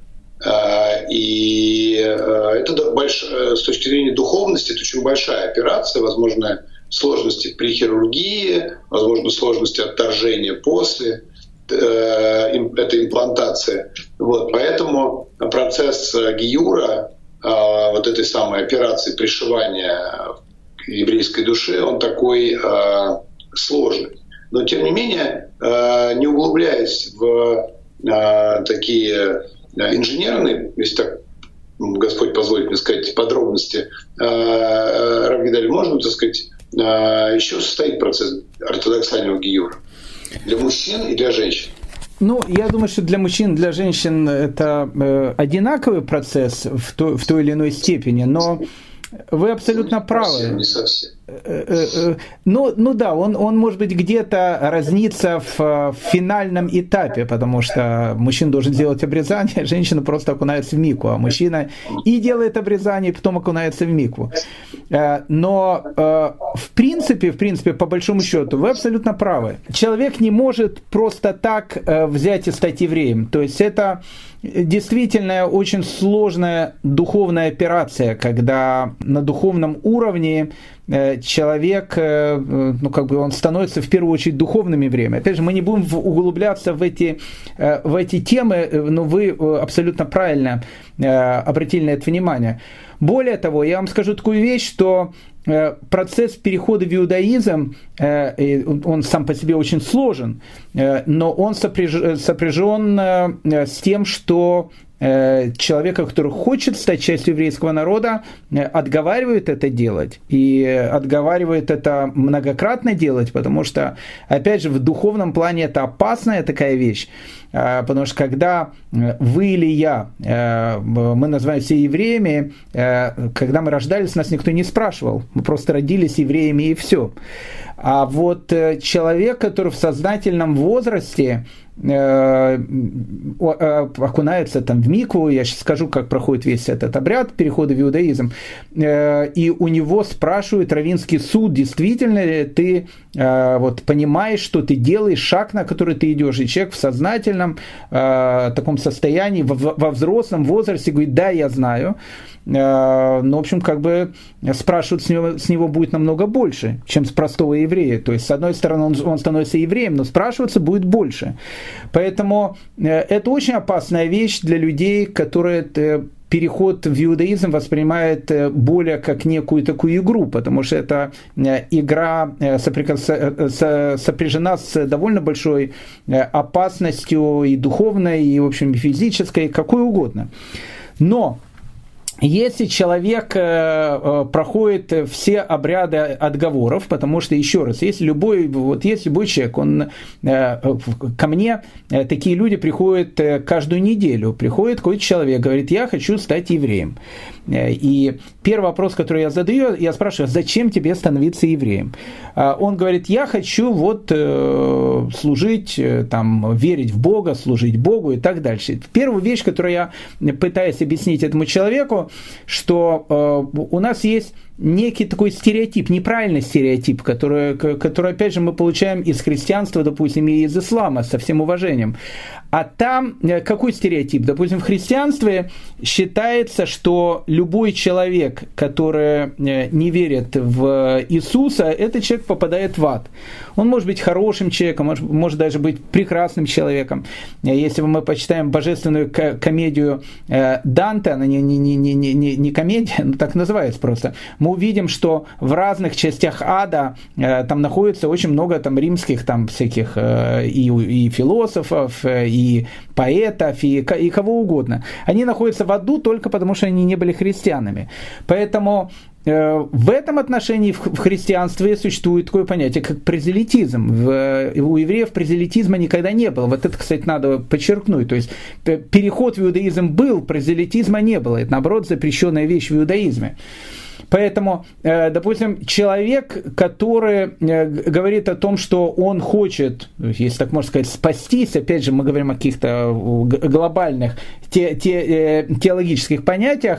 И это с точки зрения духовности это очень большая операция, возможно, сложности при хирургии, возможно, сложности отторжения после этой имплантации. Вот, поэтому процесс гиюра, вот этой самой операции пришивания еврейской души, он такой сложный. Но тем не менее, не углубляясь в такие инженерные, если так Господь позволит мне сказать, подробности, Рав Гидаль, можно, так сказать, еще состоит процесс ортодоксального гиюра для мужчин и для женщин? Ну, я думаю, что для мужчин и для женщин это одинаковый процесс в той или иной степени, но вы абсолютно правы. Не совсем. Ну да, он может быть где-то разнится в финальном этапе, потому что мужчина должен сделать обрезание, женщина просто окунается в микву, а мужчина и делает обрезание, и потом окунается в микву. Но в принципе, по большому счету, вы абсолютно правы. Человек не может просто так взять и стать евреем. То есть это действительно очень сложная духовная операция, когда на духовном уровне человек, он становится в первую очередь духовным евреем. Опять же, мы не будем углубляться в эти темы, но вы абсолютно правильно обратили на это внимание. Более того, я вам скажу такую вещь, что процесс перехода в иудаизм, он сам по себе очень сложен, но он сопряжен с тем, что человека, который хочет стать частью еврейского народа, отговаривает это делать. И отговаривает это многократно делать, потому что, опять же, в духовном плане это опасная такая вещь. Потому что когда вы или я, мы называемся евреями, когда мы рождались, нас никто не спрашивал. Мы просто родились евреями и все. А вот человек, который в сознательном возрасте окунается там в микву, я сейчас скажу, как проходит весь этот обряд перехода в иудаизм, и у него спрашивает раввинский суд, действительно ли ты понимаешь, что ты делаешь, шаг, на который ты идешь, и человек в сознательном таком состоянии, во взрослом возрасте говорит, да, я знаю, но, в общем, спрашивают с него будет намного больше, чем с простого еврея. То есть, с одной стороны, он становится евреем, но спрашиваться будет больше. Поэтому это очень опасная вещь для людей, которые переход в иудаизм воспринимают более как некую такую игру, потому что эта игра сопряжена с довольно большой опасностью и духовной, и, в общем, и физической, и какой угодно. Но если человек проходит все обряды отговоров, потому что, еще раз, если любой человек, ко мне такие люди приходят каждую неделю, приходит какой-то человек, говорит, я хочу стать евреем. И первый вопрос, который я задаю, я спрашиваю, зачем тебе становиться евреем? Он говорит, я хочу служить, верить в Бога, служить Богу и так дальше. Первая вещь, которую я пытаюсь объяснить этому человеку, что у нас есть некий такой стереотип, неправильный стереотип, который, опять же, мы получаем из христианства, допустим, и из ислама, со всем уважением. А там какой стереотип? Допустим, в христианстве считается, что любой человек, который не верит в Иисуса, этот человек попадает в ад. Он может быть хорошим человеком, может даже быть прекрасным человеком. Если мы почитаем божественную комедию Данте, она не комедия, но так называется просто, мы увидим, что в разных частях ада там находится очень много римских всяких и философов, и поэтов, и кого угодно. Они находятся в аду только потому, что они не были христианами. Поэтому в этом отношении в христианстве существует такое понятие, как прозелитизм. У евреев прозелитизма никогда не было. Вот это, кстати, надо подчеркнуть. То есть переход в иудаизм был, прозелитизма не было. Это, наоборот, запрещенная вещь в иудаизме. Поэтому, допустим, человек, который говорит о том, что он хочет, если так можно сказать, спастись, опять же, мы говорим о каких-то глобальных теологических понятиях,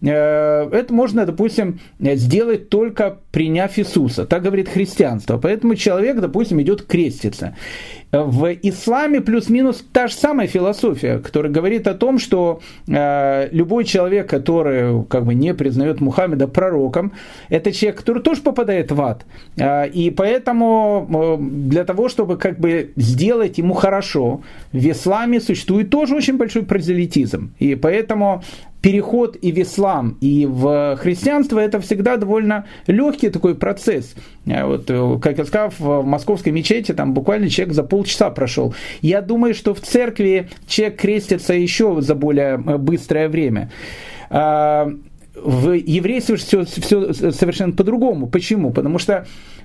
это можно, допустим, сделать только приняв Иисуса. Так говорит христианство. Поэтому человек, допустим, идет креститься. В исламе плюс-минус та же самая философия, которая говорит о том, что любой человек, который не признает Мухаммеда пророком, это человек, который тоже попадает в ад. И поэтому для того, чтобы сделать ему хорошо, в исламе существует тоже очень большой прозелитизм. И поэтому переход и в ислам, и в христианство – это всегда довольно легкий такой процесс. Как я сказал, в московской мечети там буквально человек за полчаса прошел. Я думаю, что в церкви человек крестится еще за более быстрое время. В еврействе все совершенно по-другому. Почему? Потому что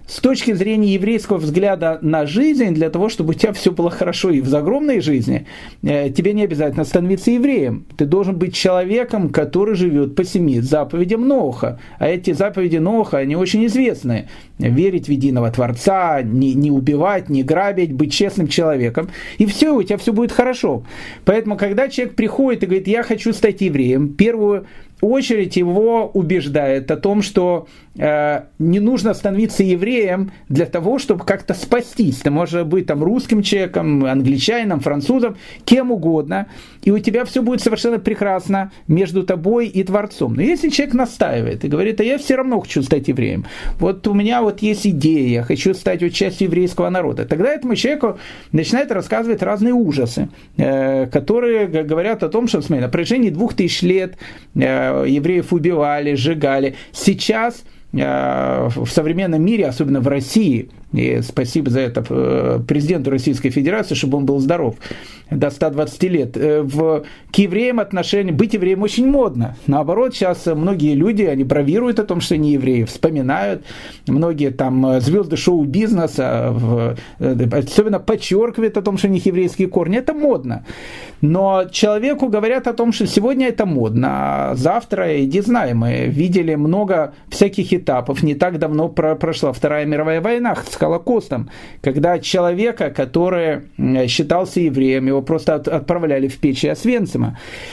с точки зрения еврейского взгляда на жизнь, для того, чтобы у тебя все было хорошо и в загробной жизни, тебе не обязательно становиться евреем. Ты должен быть человеком, который живет по 7 заповедям Ноха. А эти заповеди Ноха, они очень известны. Верить в единого Творца, не убивать, не грабить, быть честным человеком. И все, у тебя все будет хорошо. Поэтому, когда человек приходит и говорит, я хочу стать евреем, в первую очередь его убеждает о том, что не нужно становиться евреем для того, чтобы как-то спастись. Ты можешь быть там русским человеком, англичанином, французом, кем угодно, и у тебя все будет совершенно прекрасно между тобой и Творцом. Но если человек настаивает и говорит, а я все равно хочу стать евреем, вот у меня вот есть идея, я хочу стать вот частью еврейского народа, тогда этому человеку начинает рассказывать разные ужасы, которые говорят о том, что, смотри, на протяжении 2000 лет евреев убивали, сжигали. Сейчас в современном мире, особенно в России, и спасибо за это президенту Российской Федерации, чтобы он был здоров до 120 лет, к евреям отношение, быть евреем очень модно. Наоборот, сейчас многие люди, они бравируют о том, что они евреи, вспоминают, многие там звезды шоу-бизнеса особенно подчеркивают о том, что у них еврейские корни. Это модно. Но человеку говорят о том, что сегодня это модно, а завтра, иди знай, мы видели много всяких этапов. Не так давно прошла Вторая мировая война с Холокостом, когда человека, который считался евреем, его просто отправляли в печи Освенцима.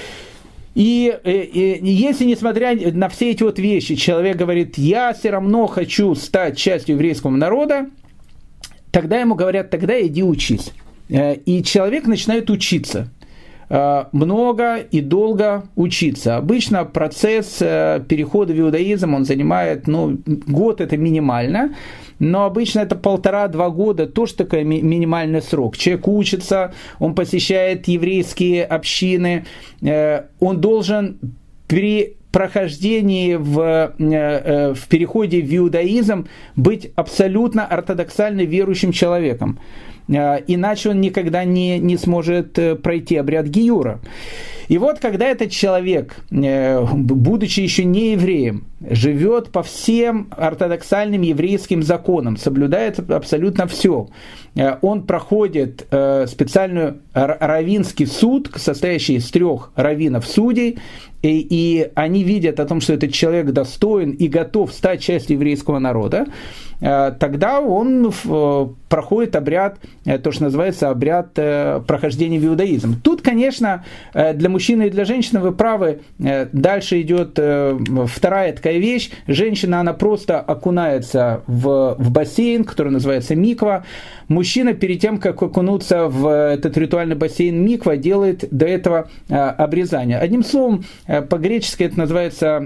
И если, несмотря на все эти вот вещи, человек говорит, я все равно хочу стать частью еврейского народа, тогда ему говорят, тогда иди учись. И человек начинает учиться. Много и долго учиться. Обычно процесс перехода в иудаизм, он занимает, год это минимально, но обычно это 1,5-2 года, тоже такой минимальный срок. Человек учится, он посещает еврейские общины, он должен при прохождении в переходе в иудаизм быть абсолютно ортодоксально верующим человеком. Иначе он никогда не сможет пройти обряд гиюра. И вот когда этот человек, будучи еще не евреем, живет по всем ортодоксальным еврейским законам, соблюдает абсолютно все, он проходит специальный раввинский суд, состоящий из 3 раввинов-судей, и они видят о том, что этот человек достоин и готов стать частью еврейского народа, тогда он проходит обряд, то, что называется обряд прохождения в иудаизм. Тут, конечно, для мужчины и для женщины, вы правы, дальше идет вторая такая вещь. Женщина, она просто окунается в бассейн, который называется миква. Мужчина, перед тем, как окунуться в этот ритуальный бассейн миква, делает до этого обрезание. Одним словом, по-гречески это называется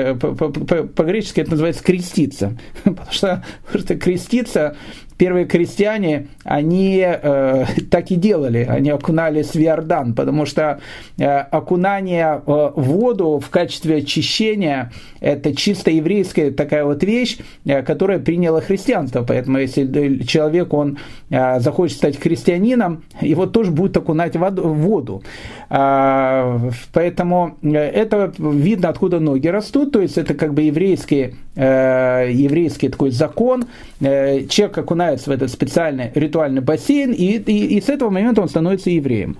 креститься. Потому что креститься, первые крестьяне, они так и делали, они окунались в Иордан, потому что окунание в воду в качестве очищения – это чисто еврейская такая вот вещь, которая приняла христианство, поэтому если человек, он захочет стать христианином, его тоже будут окунать в воду. Поэтому это видно, откуда ноги растут, то есть это как бы еврейский такой закон, человек окунается в этот специальный ритуальный бассейн, и с этого момента он становится евреем.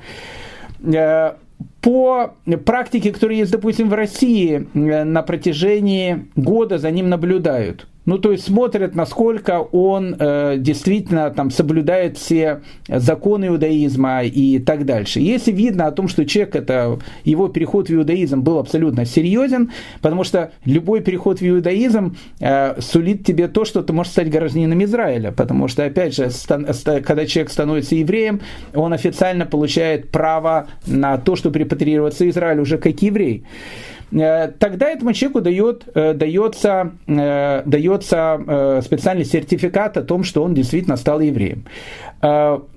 По практике, которая есть, допустим, в России, на протяжении года за ним наблюдают. То есть смотрят, насколько он действительно там соблюдает все законы иудаизма и так дальше. Если видно о том, что человек, его переход в иудаизм был абсолютно серьезен, потому что любой переход в иудаизм сулит тебе то, что ты можешь стать гражданином Израиля, потому что, опять же, когда человек становится евреем, он официально получает право на то, чтобы репатриироваться в Израиль уже как еврей. Тогда этому человеку дается специальный сертификат о том, что он действительно стал евреем.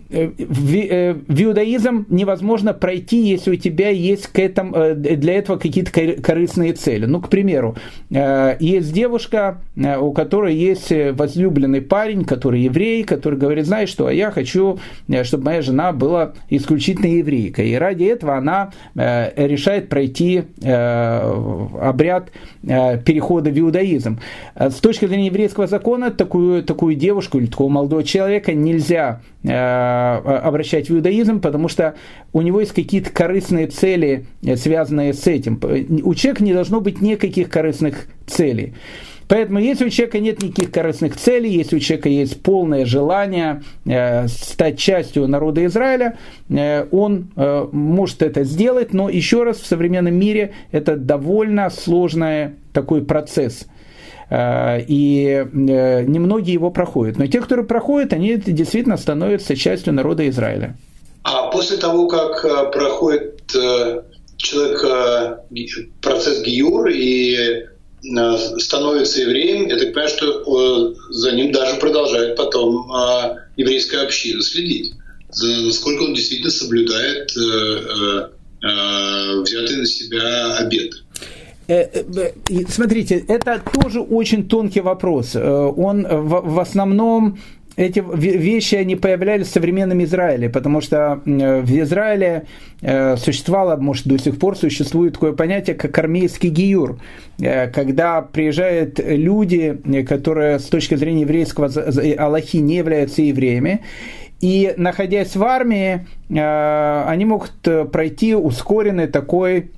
в иудаизм невозможно пройти, если у тебя есть для этого какие-то корыстные цели. Ну, к примеру, есть девушка, у которой есть возлюбленный парень, который еврей, который говорит, знаешь что, я хочу, чтобы моя жена была исключительно еврейкой. И ради этого она решает пройти обряд перехода в иудаизм. С точки зрения еврейского закона, такую девушку или такого молодого человека нельзя обращать в иудаизм, потому что у него есть какие-то корыстные цели, связанные с этим. У человека не должно быть никаких корыстных целей. Поэтому, если у человека нет никаких корыстных целей, если у человека есть полное желание стать частью народа Израиля, он может это сделать, но еще раз, в современном мире это довольно сложный такой процесс. И немногие его проходят. Но те, которые проходят, они действительно становятся частью народа Израиля. А после того, как проходит человек процесс гиюр и становится евреем, я так понимаю, что за ним даже продолжает потом еврейская община следить, насколько он действительно соблюдает взятые на себя обеты. Смотрите, это тоже очень тонкий вопрос. Он в основном, эти вещи, они появлялись в современном Израиле, потому что в Израиле существовало, может, до сих пор существует такое понятие, как армейский гиюр, когда приезжают люди, которые с точки зрения еврейского алахи не являются евреями, и, находясь в армии, они могут пройти ускоренный такой,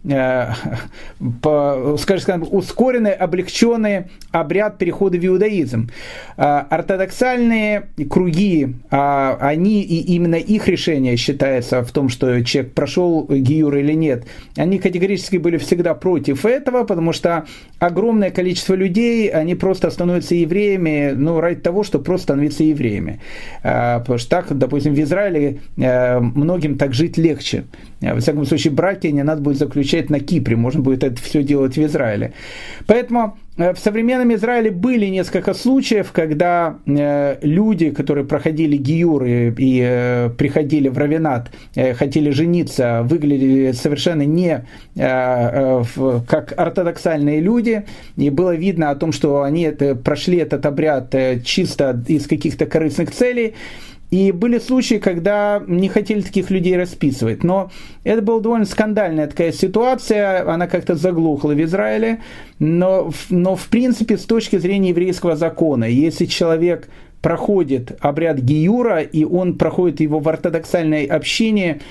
скажем, ускоренный, облегченный обряд перехода в иудаизм. Ортодоксальные круги, они, и именно их решение считается в том, что человек прошел гиюр или нет, они категорически были всегда против этого, потому что огромное количество людей, они просто становятся евреями, ради того, чтобы просто становиться евреями. Потому что так, допустим, в Израиле многим так жить легче. Во всяком случае, браки не надо будет заключать на Кипре, можно будет это все делать в Израиле. Поэтому в современном Израиле были несколько случаев, когда люди, которые проходили гиюры и приходили в раввинат, хотели жениться, выглядели совершенно не как ортодоксальные люди, и было видно о том, что они прошли этот обряд чисто из каких-то корыстных целей. И были случаи, когда не хотели таких людей расписывать. Но это была довольно скандальная такая ситуация, она как-то заглохла в Израиле. Но в принципе, с точки зрения еврейского закона, если человек проходит обряд гиюра, и он проходит его в ортодоксальной общине,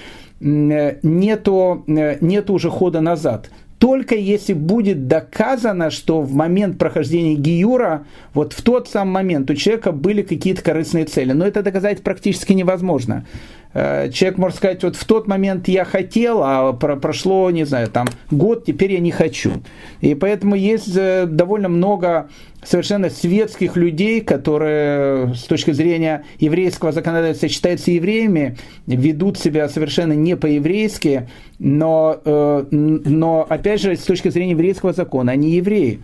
нету уже хода назад. Только если будет доказано, что в момент прохождения гиюра, вот в тот самый момент у человека были какие-то корыстные цели. Но это доказать практически невозможно. Человек может сказать, вот в тот момент я хотел, а прошло, не знаю, год, теперь я не хочу. И поэтому есть довольно много совершенно светских людей, которые с точки зрения еврейского законодательства считаются евреями, ведут себя совершенно не по-еврейски, но опять же, с точки зрения еврейского закона, они евреи.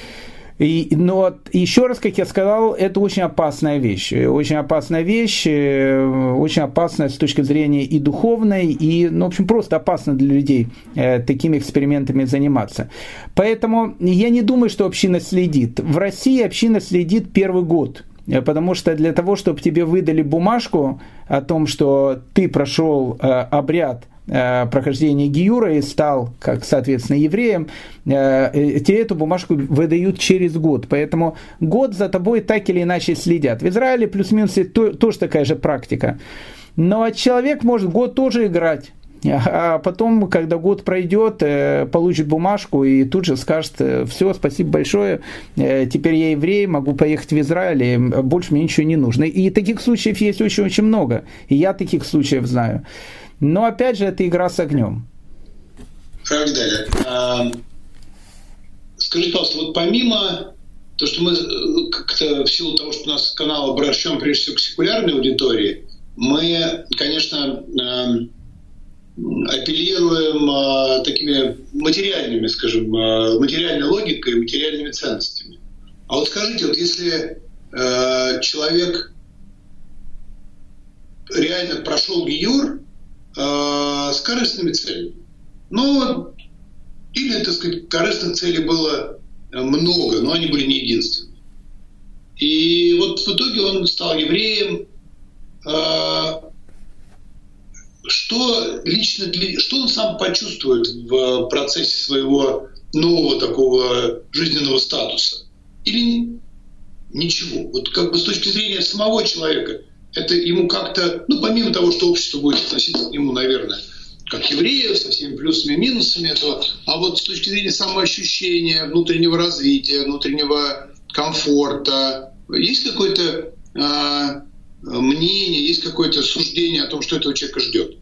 Но еще раз, как я сказал, это очень опасная вещь. Очень опасная вещь, очень опасная с точки зрения и духовной, и, в общем, просто опасно для людей такими экспериментами заниматься. Поэтому я не думаю, что община следит. В России община следит первый год. Потому что для того, чтобы тебе выдали бумажку о том, что ты прошел обряд прохождения гиюра и стал, как, соответственно, евреем, тебе эту бумажку выдают через год. Поэтому год за тобой так или иначе следят. В Израиле плюс-минус тоже такая же практика. Но человек может год тоже играть. А потом, когда год пройдет, получит бумажку и тут же скажет: все, спасибо большое, теперь я еврей, могу поехать в Израиль, и больше мне ничего не нужно. И таких случаев есть очень-очень много. И я таких случаев знаю. Но опять же, это игра с огнем. Скажите, пожалуйста, вот помимо того, что мы как-то в силу того, что у нас канал обращен прежде всего к секулярной аудитории, мы, конечно, апеллируем такими материальными, скажем, материальной логикой и материальными ценностями. А вот скажите, вот если человек реально прошел гиюр с корыстными целями. Ну, или, так сказать, корыстных целей было много, но они были не единственные. И вот в итоге он стал евреем. Что он сам почувствует в процессе своего нового такого жизненного статуса? Или ничего? Вот как бы с точки зрения самого человека, это ему как-то, ну, помимо того, что общество будет относиться к нему, наверное, как еврею, со всеми плюсами и минусами этого, а вот с точки зрения самоощущения, внутреннего развития, внутреннего комфорта, есть какое-то мнение, есть какое-то суждение о том, что этого человека ждет?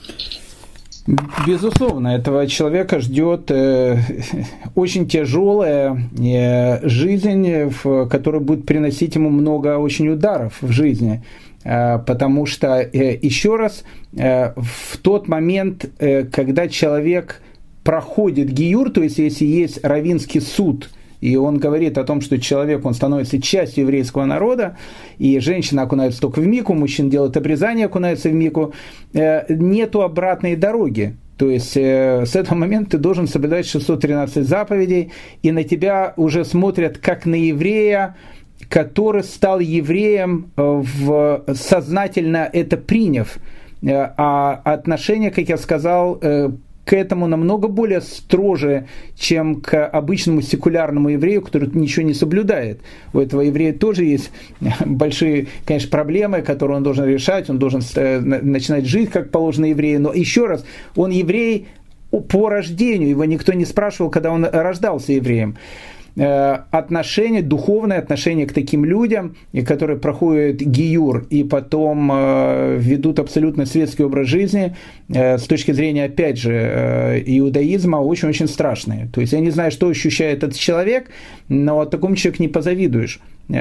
Безусловно, этого человека ждет очень тяжелая жизнь, которая будет приносить ему много очень ударов в жизни. Потому что, еще раз, в тот момент, когда человек проходит гиюр, то есть если есть раввинский суд, и он говорит о том, что человек, он становится частью еврейского народа, и женщина окунается только в мику, мужчина делает обрезание, окунается в мику, нету обратной дороги. То есть с этого момента ты должен соблюдать 613 заповедей, и на тебя уже смотрят как на еврея, который стал евреем, сознательно это приняв. А отношение, как я сказал, к этому намного более строже, чем к обычному секулярному еврею, который ничего не соблюдает. У этого еврея тоже есть большие, конечно, проблемы, которые он должен решать, он должен начинать жить, как положено еврею. Но еще раз, он еврей по рождению, его никто не спрашивал, когда он рождался евреем. Отношение, духовное отношение к таким людям, которые проходят гиюр и потом ведут абсолютно светский образ жизни, с точки зрения, опять же, иудаизма, очень-очень страшные. То есть я не знаю, что ощущает этот человек, но такому человеку не позавидуешь.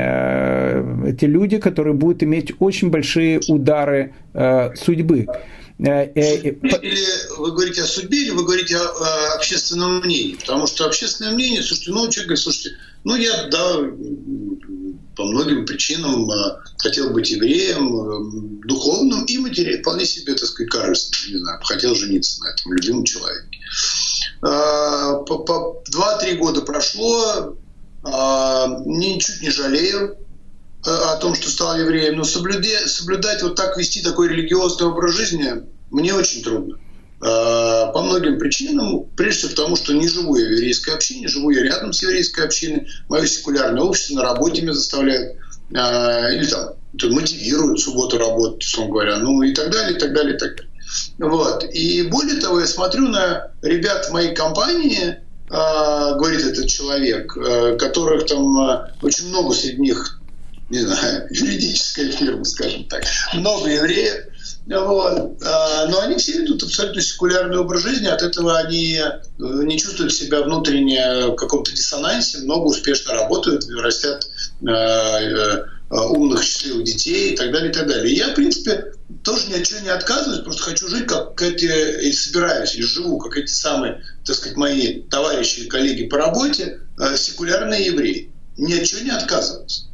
Эти люди, которые будут иметь очень большие удары судьбы. Или вы говорите о судьбе, или вы говорите о общественном мнении? Потому что общественное мнение, слушайте, человек говорит, слушайте, я, по многим причинам хотел быть евреем, духовным и материальным, вполне себе, так сказать, корыстным, не знаю, хотел жениться на этом любимом человеке. 2-3 года прошло, ничуть не жалею о том, что стал евреем, но соблюдать вот так, вести такой религиозный образ жизни мне очень трудно. По многим причинам, прежде всего потому, что не живу я в еврейской общине, живу я рядом с еврейской общиной, мое секулярное общество на работе меня заставляет, или там мотивирует в субботу работать, условно говоря, и так далее, и так далее, и так далее. Вот. И более того, я смотрю на ребят в моей компании, говорит этот человек, которых там очень много среди них, не знаю, юридическая фирма, скажем так, много евреев, но они все ведут абсолютно секулярный образ жизни, от этого они не чувствуют себя внутренне в каком-то диссонансе, много успешно работают, растят умных, счастливых детей и так далее, и так далее. И я, в принципе, тоже ни от чего не отказываюсь, просто хочу жить, как эти, и собираюсь, и живу, как эти самые, так сказать, мои товарищи и коллеги по работе, секулярные евреи. Ни от чего не отказываюсь.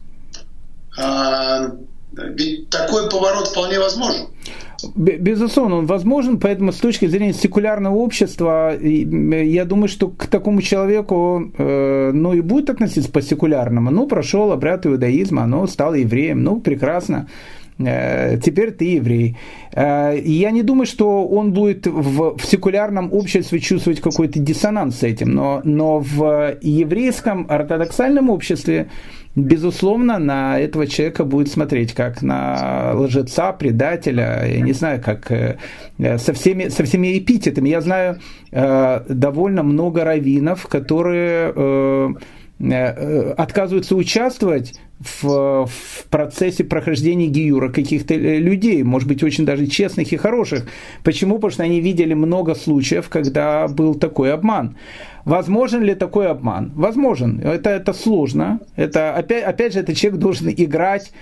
Ведь такой поворот вполне возможен. Безусловно, он возможен, поэтому с точки зрения секулярного общества, я думаю, что к такому человеку, и будет относиться по-секулярному. Прошел обряд иудаизма, стал евреем, прекрасно. Теперь ты еврей. И я не думаю, что он будет в секулярном обществе чувствовать какой-то диссонанс с этим, но в еврейском ортодоксальном обществе, безусловно, на этого человека будет смотреть как на лжеца, предателя, я не знаю, как со всеми эпитетами. Я знаю довольно много раввинов, которые отказываются участвовать в процессе прохождения гиюра каких-то людей, может быть, очень даже честных и хороших. Почему? Потому что они видели много случаев, когда был такой обман. Возможен ли такой обман? Возможен. Это сложно. Опять же, этот человек должен играть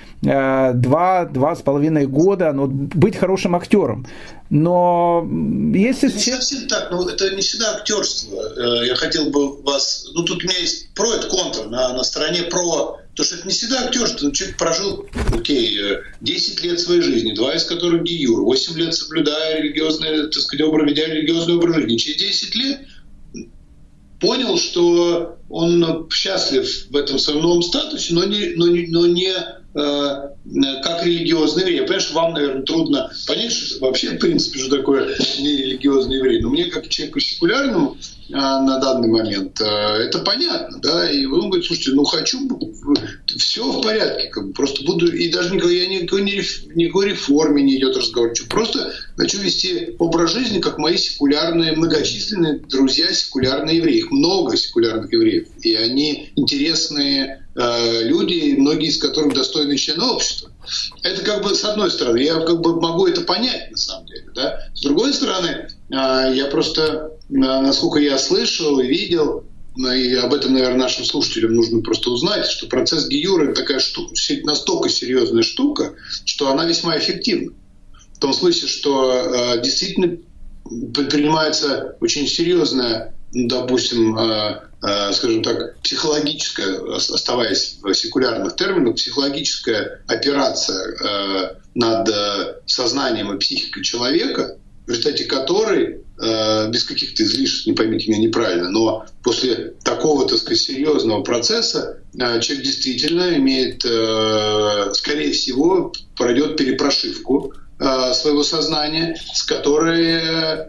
2-2,5 года, быть хорошим актером. Но если... Не совсем так, это не всегда актерство. Я хотел бы вас... тут у меня есть про и контр. На стороне про Потому что это не всегда актер, что человек прожил, 10 лет своей жизни, 2 из которых гиюр, 8 лет соблюдая религиозный, так сказать, ведя религиозный образ жизни. Через 10 лет понял, что он счастлив в этом своем новом статусе, но не как религиозный еврей. Понимаешь, вам, наверное, трудно понять, что вообще, в принципе, что такое нерелигиозный еврей. Но мне, как человеку секулярному, на данный момент, это понятно, да, и он говорит: слушайте, хочу, все в порядке, просто буду, и даже никакой реформе не идет разговор, просто хочу вести образ жизни, как мои секулярные, многочисленные друзья секулярные евреи, их много секулярных евреев, и они интересные люди, многие из которых достойные члены общества. Это с одной стороны, я могу это понять на самом деле, да. С другой стороны, я просто, насколько я слышал и видел, и об этом, наверное, нашим слушателям нужно просто узнать, что процесс гиюра — это такая штука, настолько серьезная штука, что она весьма эффективна. В том смысле, что действительно предпринимается очень серьезная, допустим, скажем так, психологическая, оставаясь в секулярных терминах, психологическая операция над сознанием и психикой человека, в результате которой, без каких-то излишеств, не поймите меня неправильно, но после такого, так сказать, серьезного процесса человек действительно имеет, скорее всего, пройдет перепрошивку своего сознания, с которой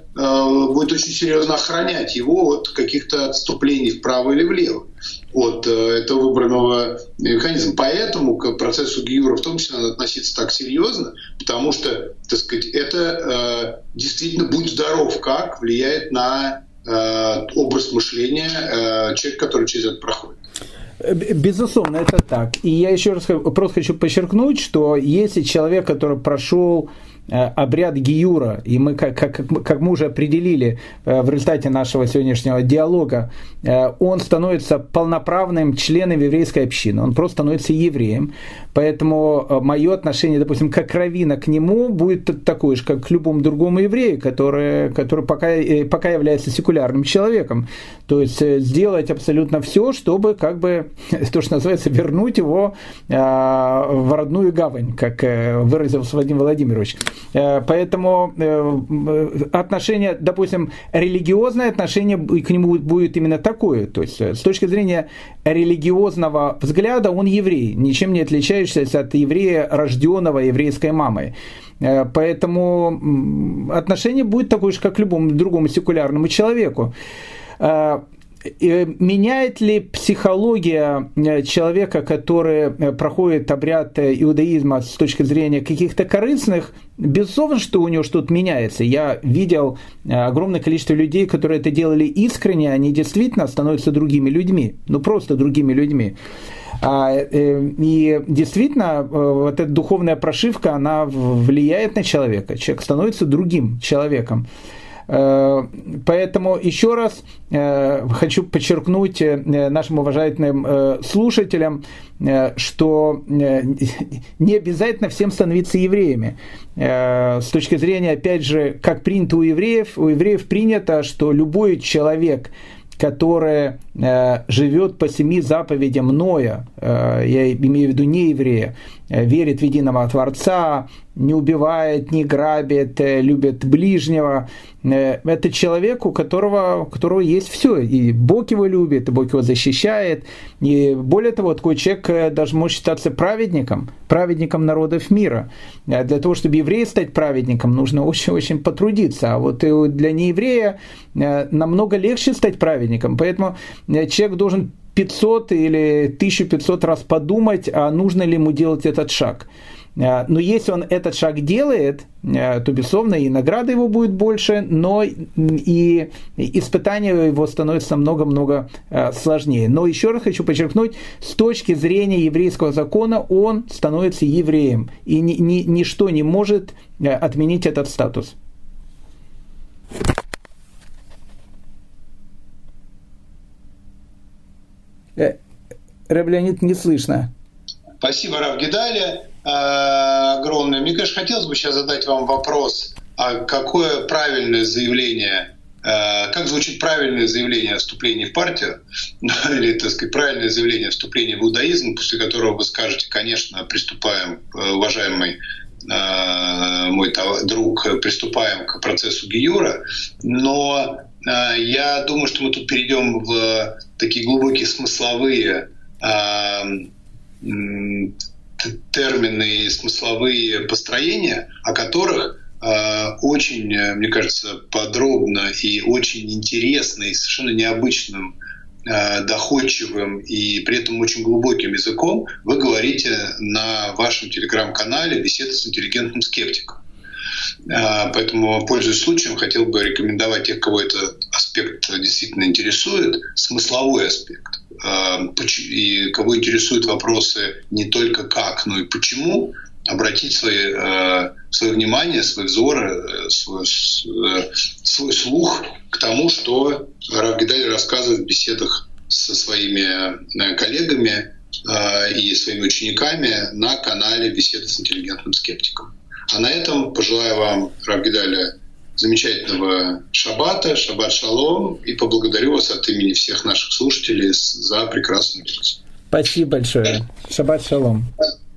будет очень серьезно охранять его от каких-то отступлений вправо или влево от этого выбранного механизма. Поэтому к процессу гиюра в том числе надо относиться так серьезно, потому что, так сказать, это действительно, будь здоров, как влияет на образ мышления человека, который через это проходит. Безусловно, это так. И я еще раз просто хочу подчеркнуть, что если человек, который прошел обряд гиюра, и мы, как мы уже определили в результате нашего сегодняшнего диалога, он становится полноправным членом еврейской общины, он просто становится евреем. Поэтому мое отношение, допустим, как раввина к нему будет такое же, как к любому другому еврею, который пока является секулярным человеком. То есть сделать абсолютно все, чтобы, то, что называется, вернуть его в родную гавань, как выразился Владимир Владимирович. Поэтому отношение, допустим, религиозное отношение к нему будет именно такое. То есть с точки зрения религиозного взгляда он еврей, ничем не отличающийся от еврея, рожденного еврейской мамой. Поэтому отношение будет такое же, как к любому другому секулярному человеку. Меняет ли психология человека, который проходит обряд иудаизма с точки зрения каких-то корыстных? Безусловно, что у него что-то меняется. Я видел огромное количество людей, которые это делали искренне, они действительно становятся другими людьми, просто другими людьми. И действительно, вот эта духовная прошивка, она влияет на человека. Человек становится другим человеком. Поэтому еще раз хочу подчеркнуть нашим уважаемым слушателям, что не обязательно всем становиться евреями. С точки зрения, опять же, как принято у евреев принято, что любой человек, который живет по 7 заповедям Ноя, я имею в виду не еврея, верит в единого Творца, не убивает, не грабит, любит ближнего. Это человек, у которого есть все. И Бог его любит, и Бог его защищает. И более того, такой человек даже может считаться праведником народов мира. Для того, чтобы еврей стать праведником, нужно очень-очень потрудиться. А вот для нееврея намного легче стать праведником. Поэтому человек должен 500 или 1500 раз подумать, а нужно ли ему делать этот шаг. Но если он этот шаг делает, то, безусловно, и награда его будет больше, но и испытание его становится намного-много сложнее. Но еще раз хочу подчеркнуть, с точки зрения еврейского закона он становится евреем, и ничто не может отменить этот статус. Рав Леонид, не слышно. Спасибо, Рав Гедаля, огромное. Мне, конечно, хотелось бы сейчас задать вам вопрос, а какое правильное заявление как звучит правильное заявление о вступлении в партию, или, так сказать, правильное заявление о вступлении в иудаизм, после которого вы скажете, конечно, приступаем, уважаемый мой друг, приступаем к процессу гиюра, но я думаю, что мы тут перейдем в такие глубокие смысловые термины, смысловые построения, о которых очень, мне кажется, подробно и очень интересно и совершенно необычным, доходчивым и при этом очень глубоким языком вы говорите на вашем телеграм-канале «Беседа с интеллигентным скептиком». Поэтому, пользуясь случаем, хотел бы рекомендовать тех, кого этот аспект действительно интересует, смысловой аспект, и кого интересуют вопросы не только как, но и почему, обратить свое внимание, свой взор, свой слух к тому, что Рав Гедалия рассказывает в беседах со своими коллегами и своими учениками на канале «Беседа с интеллигентным скептиком». А на этом пожелаю вам, Рав Гедалия, замечательного шаббата, шаббат шалом, и поблагодарю вас от имени всех наших слушателей за прекрасную лекцию. Спасибо большое. Шаббат шалом.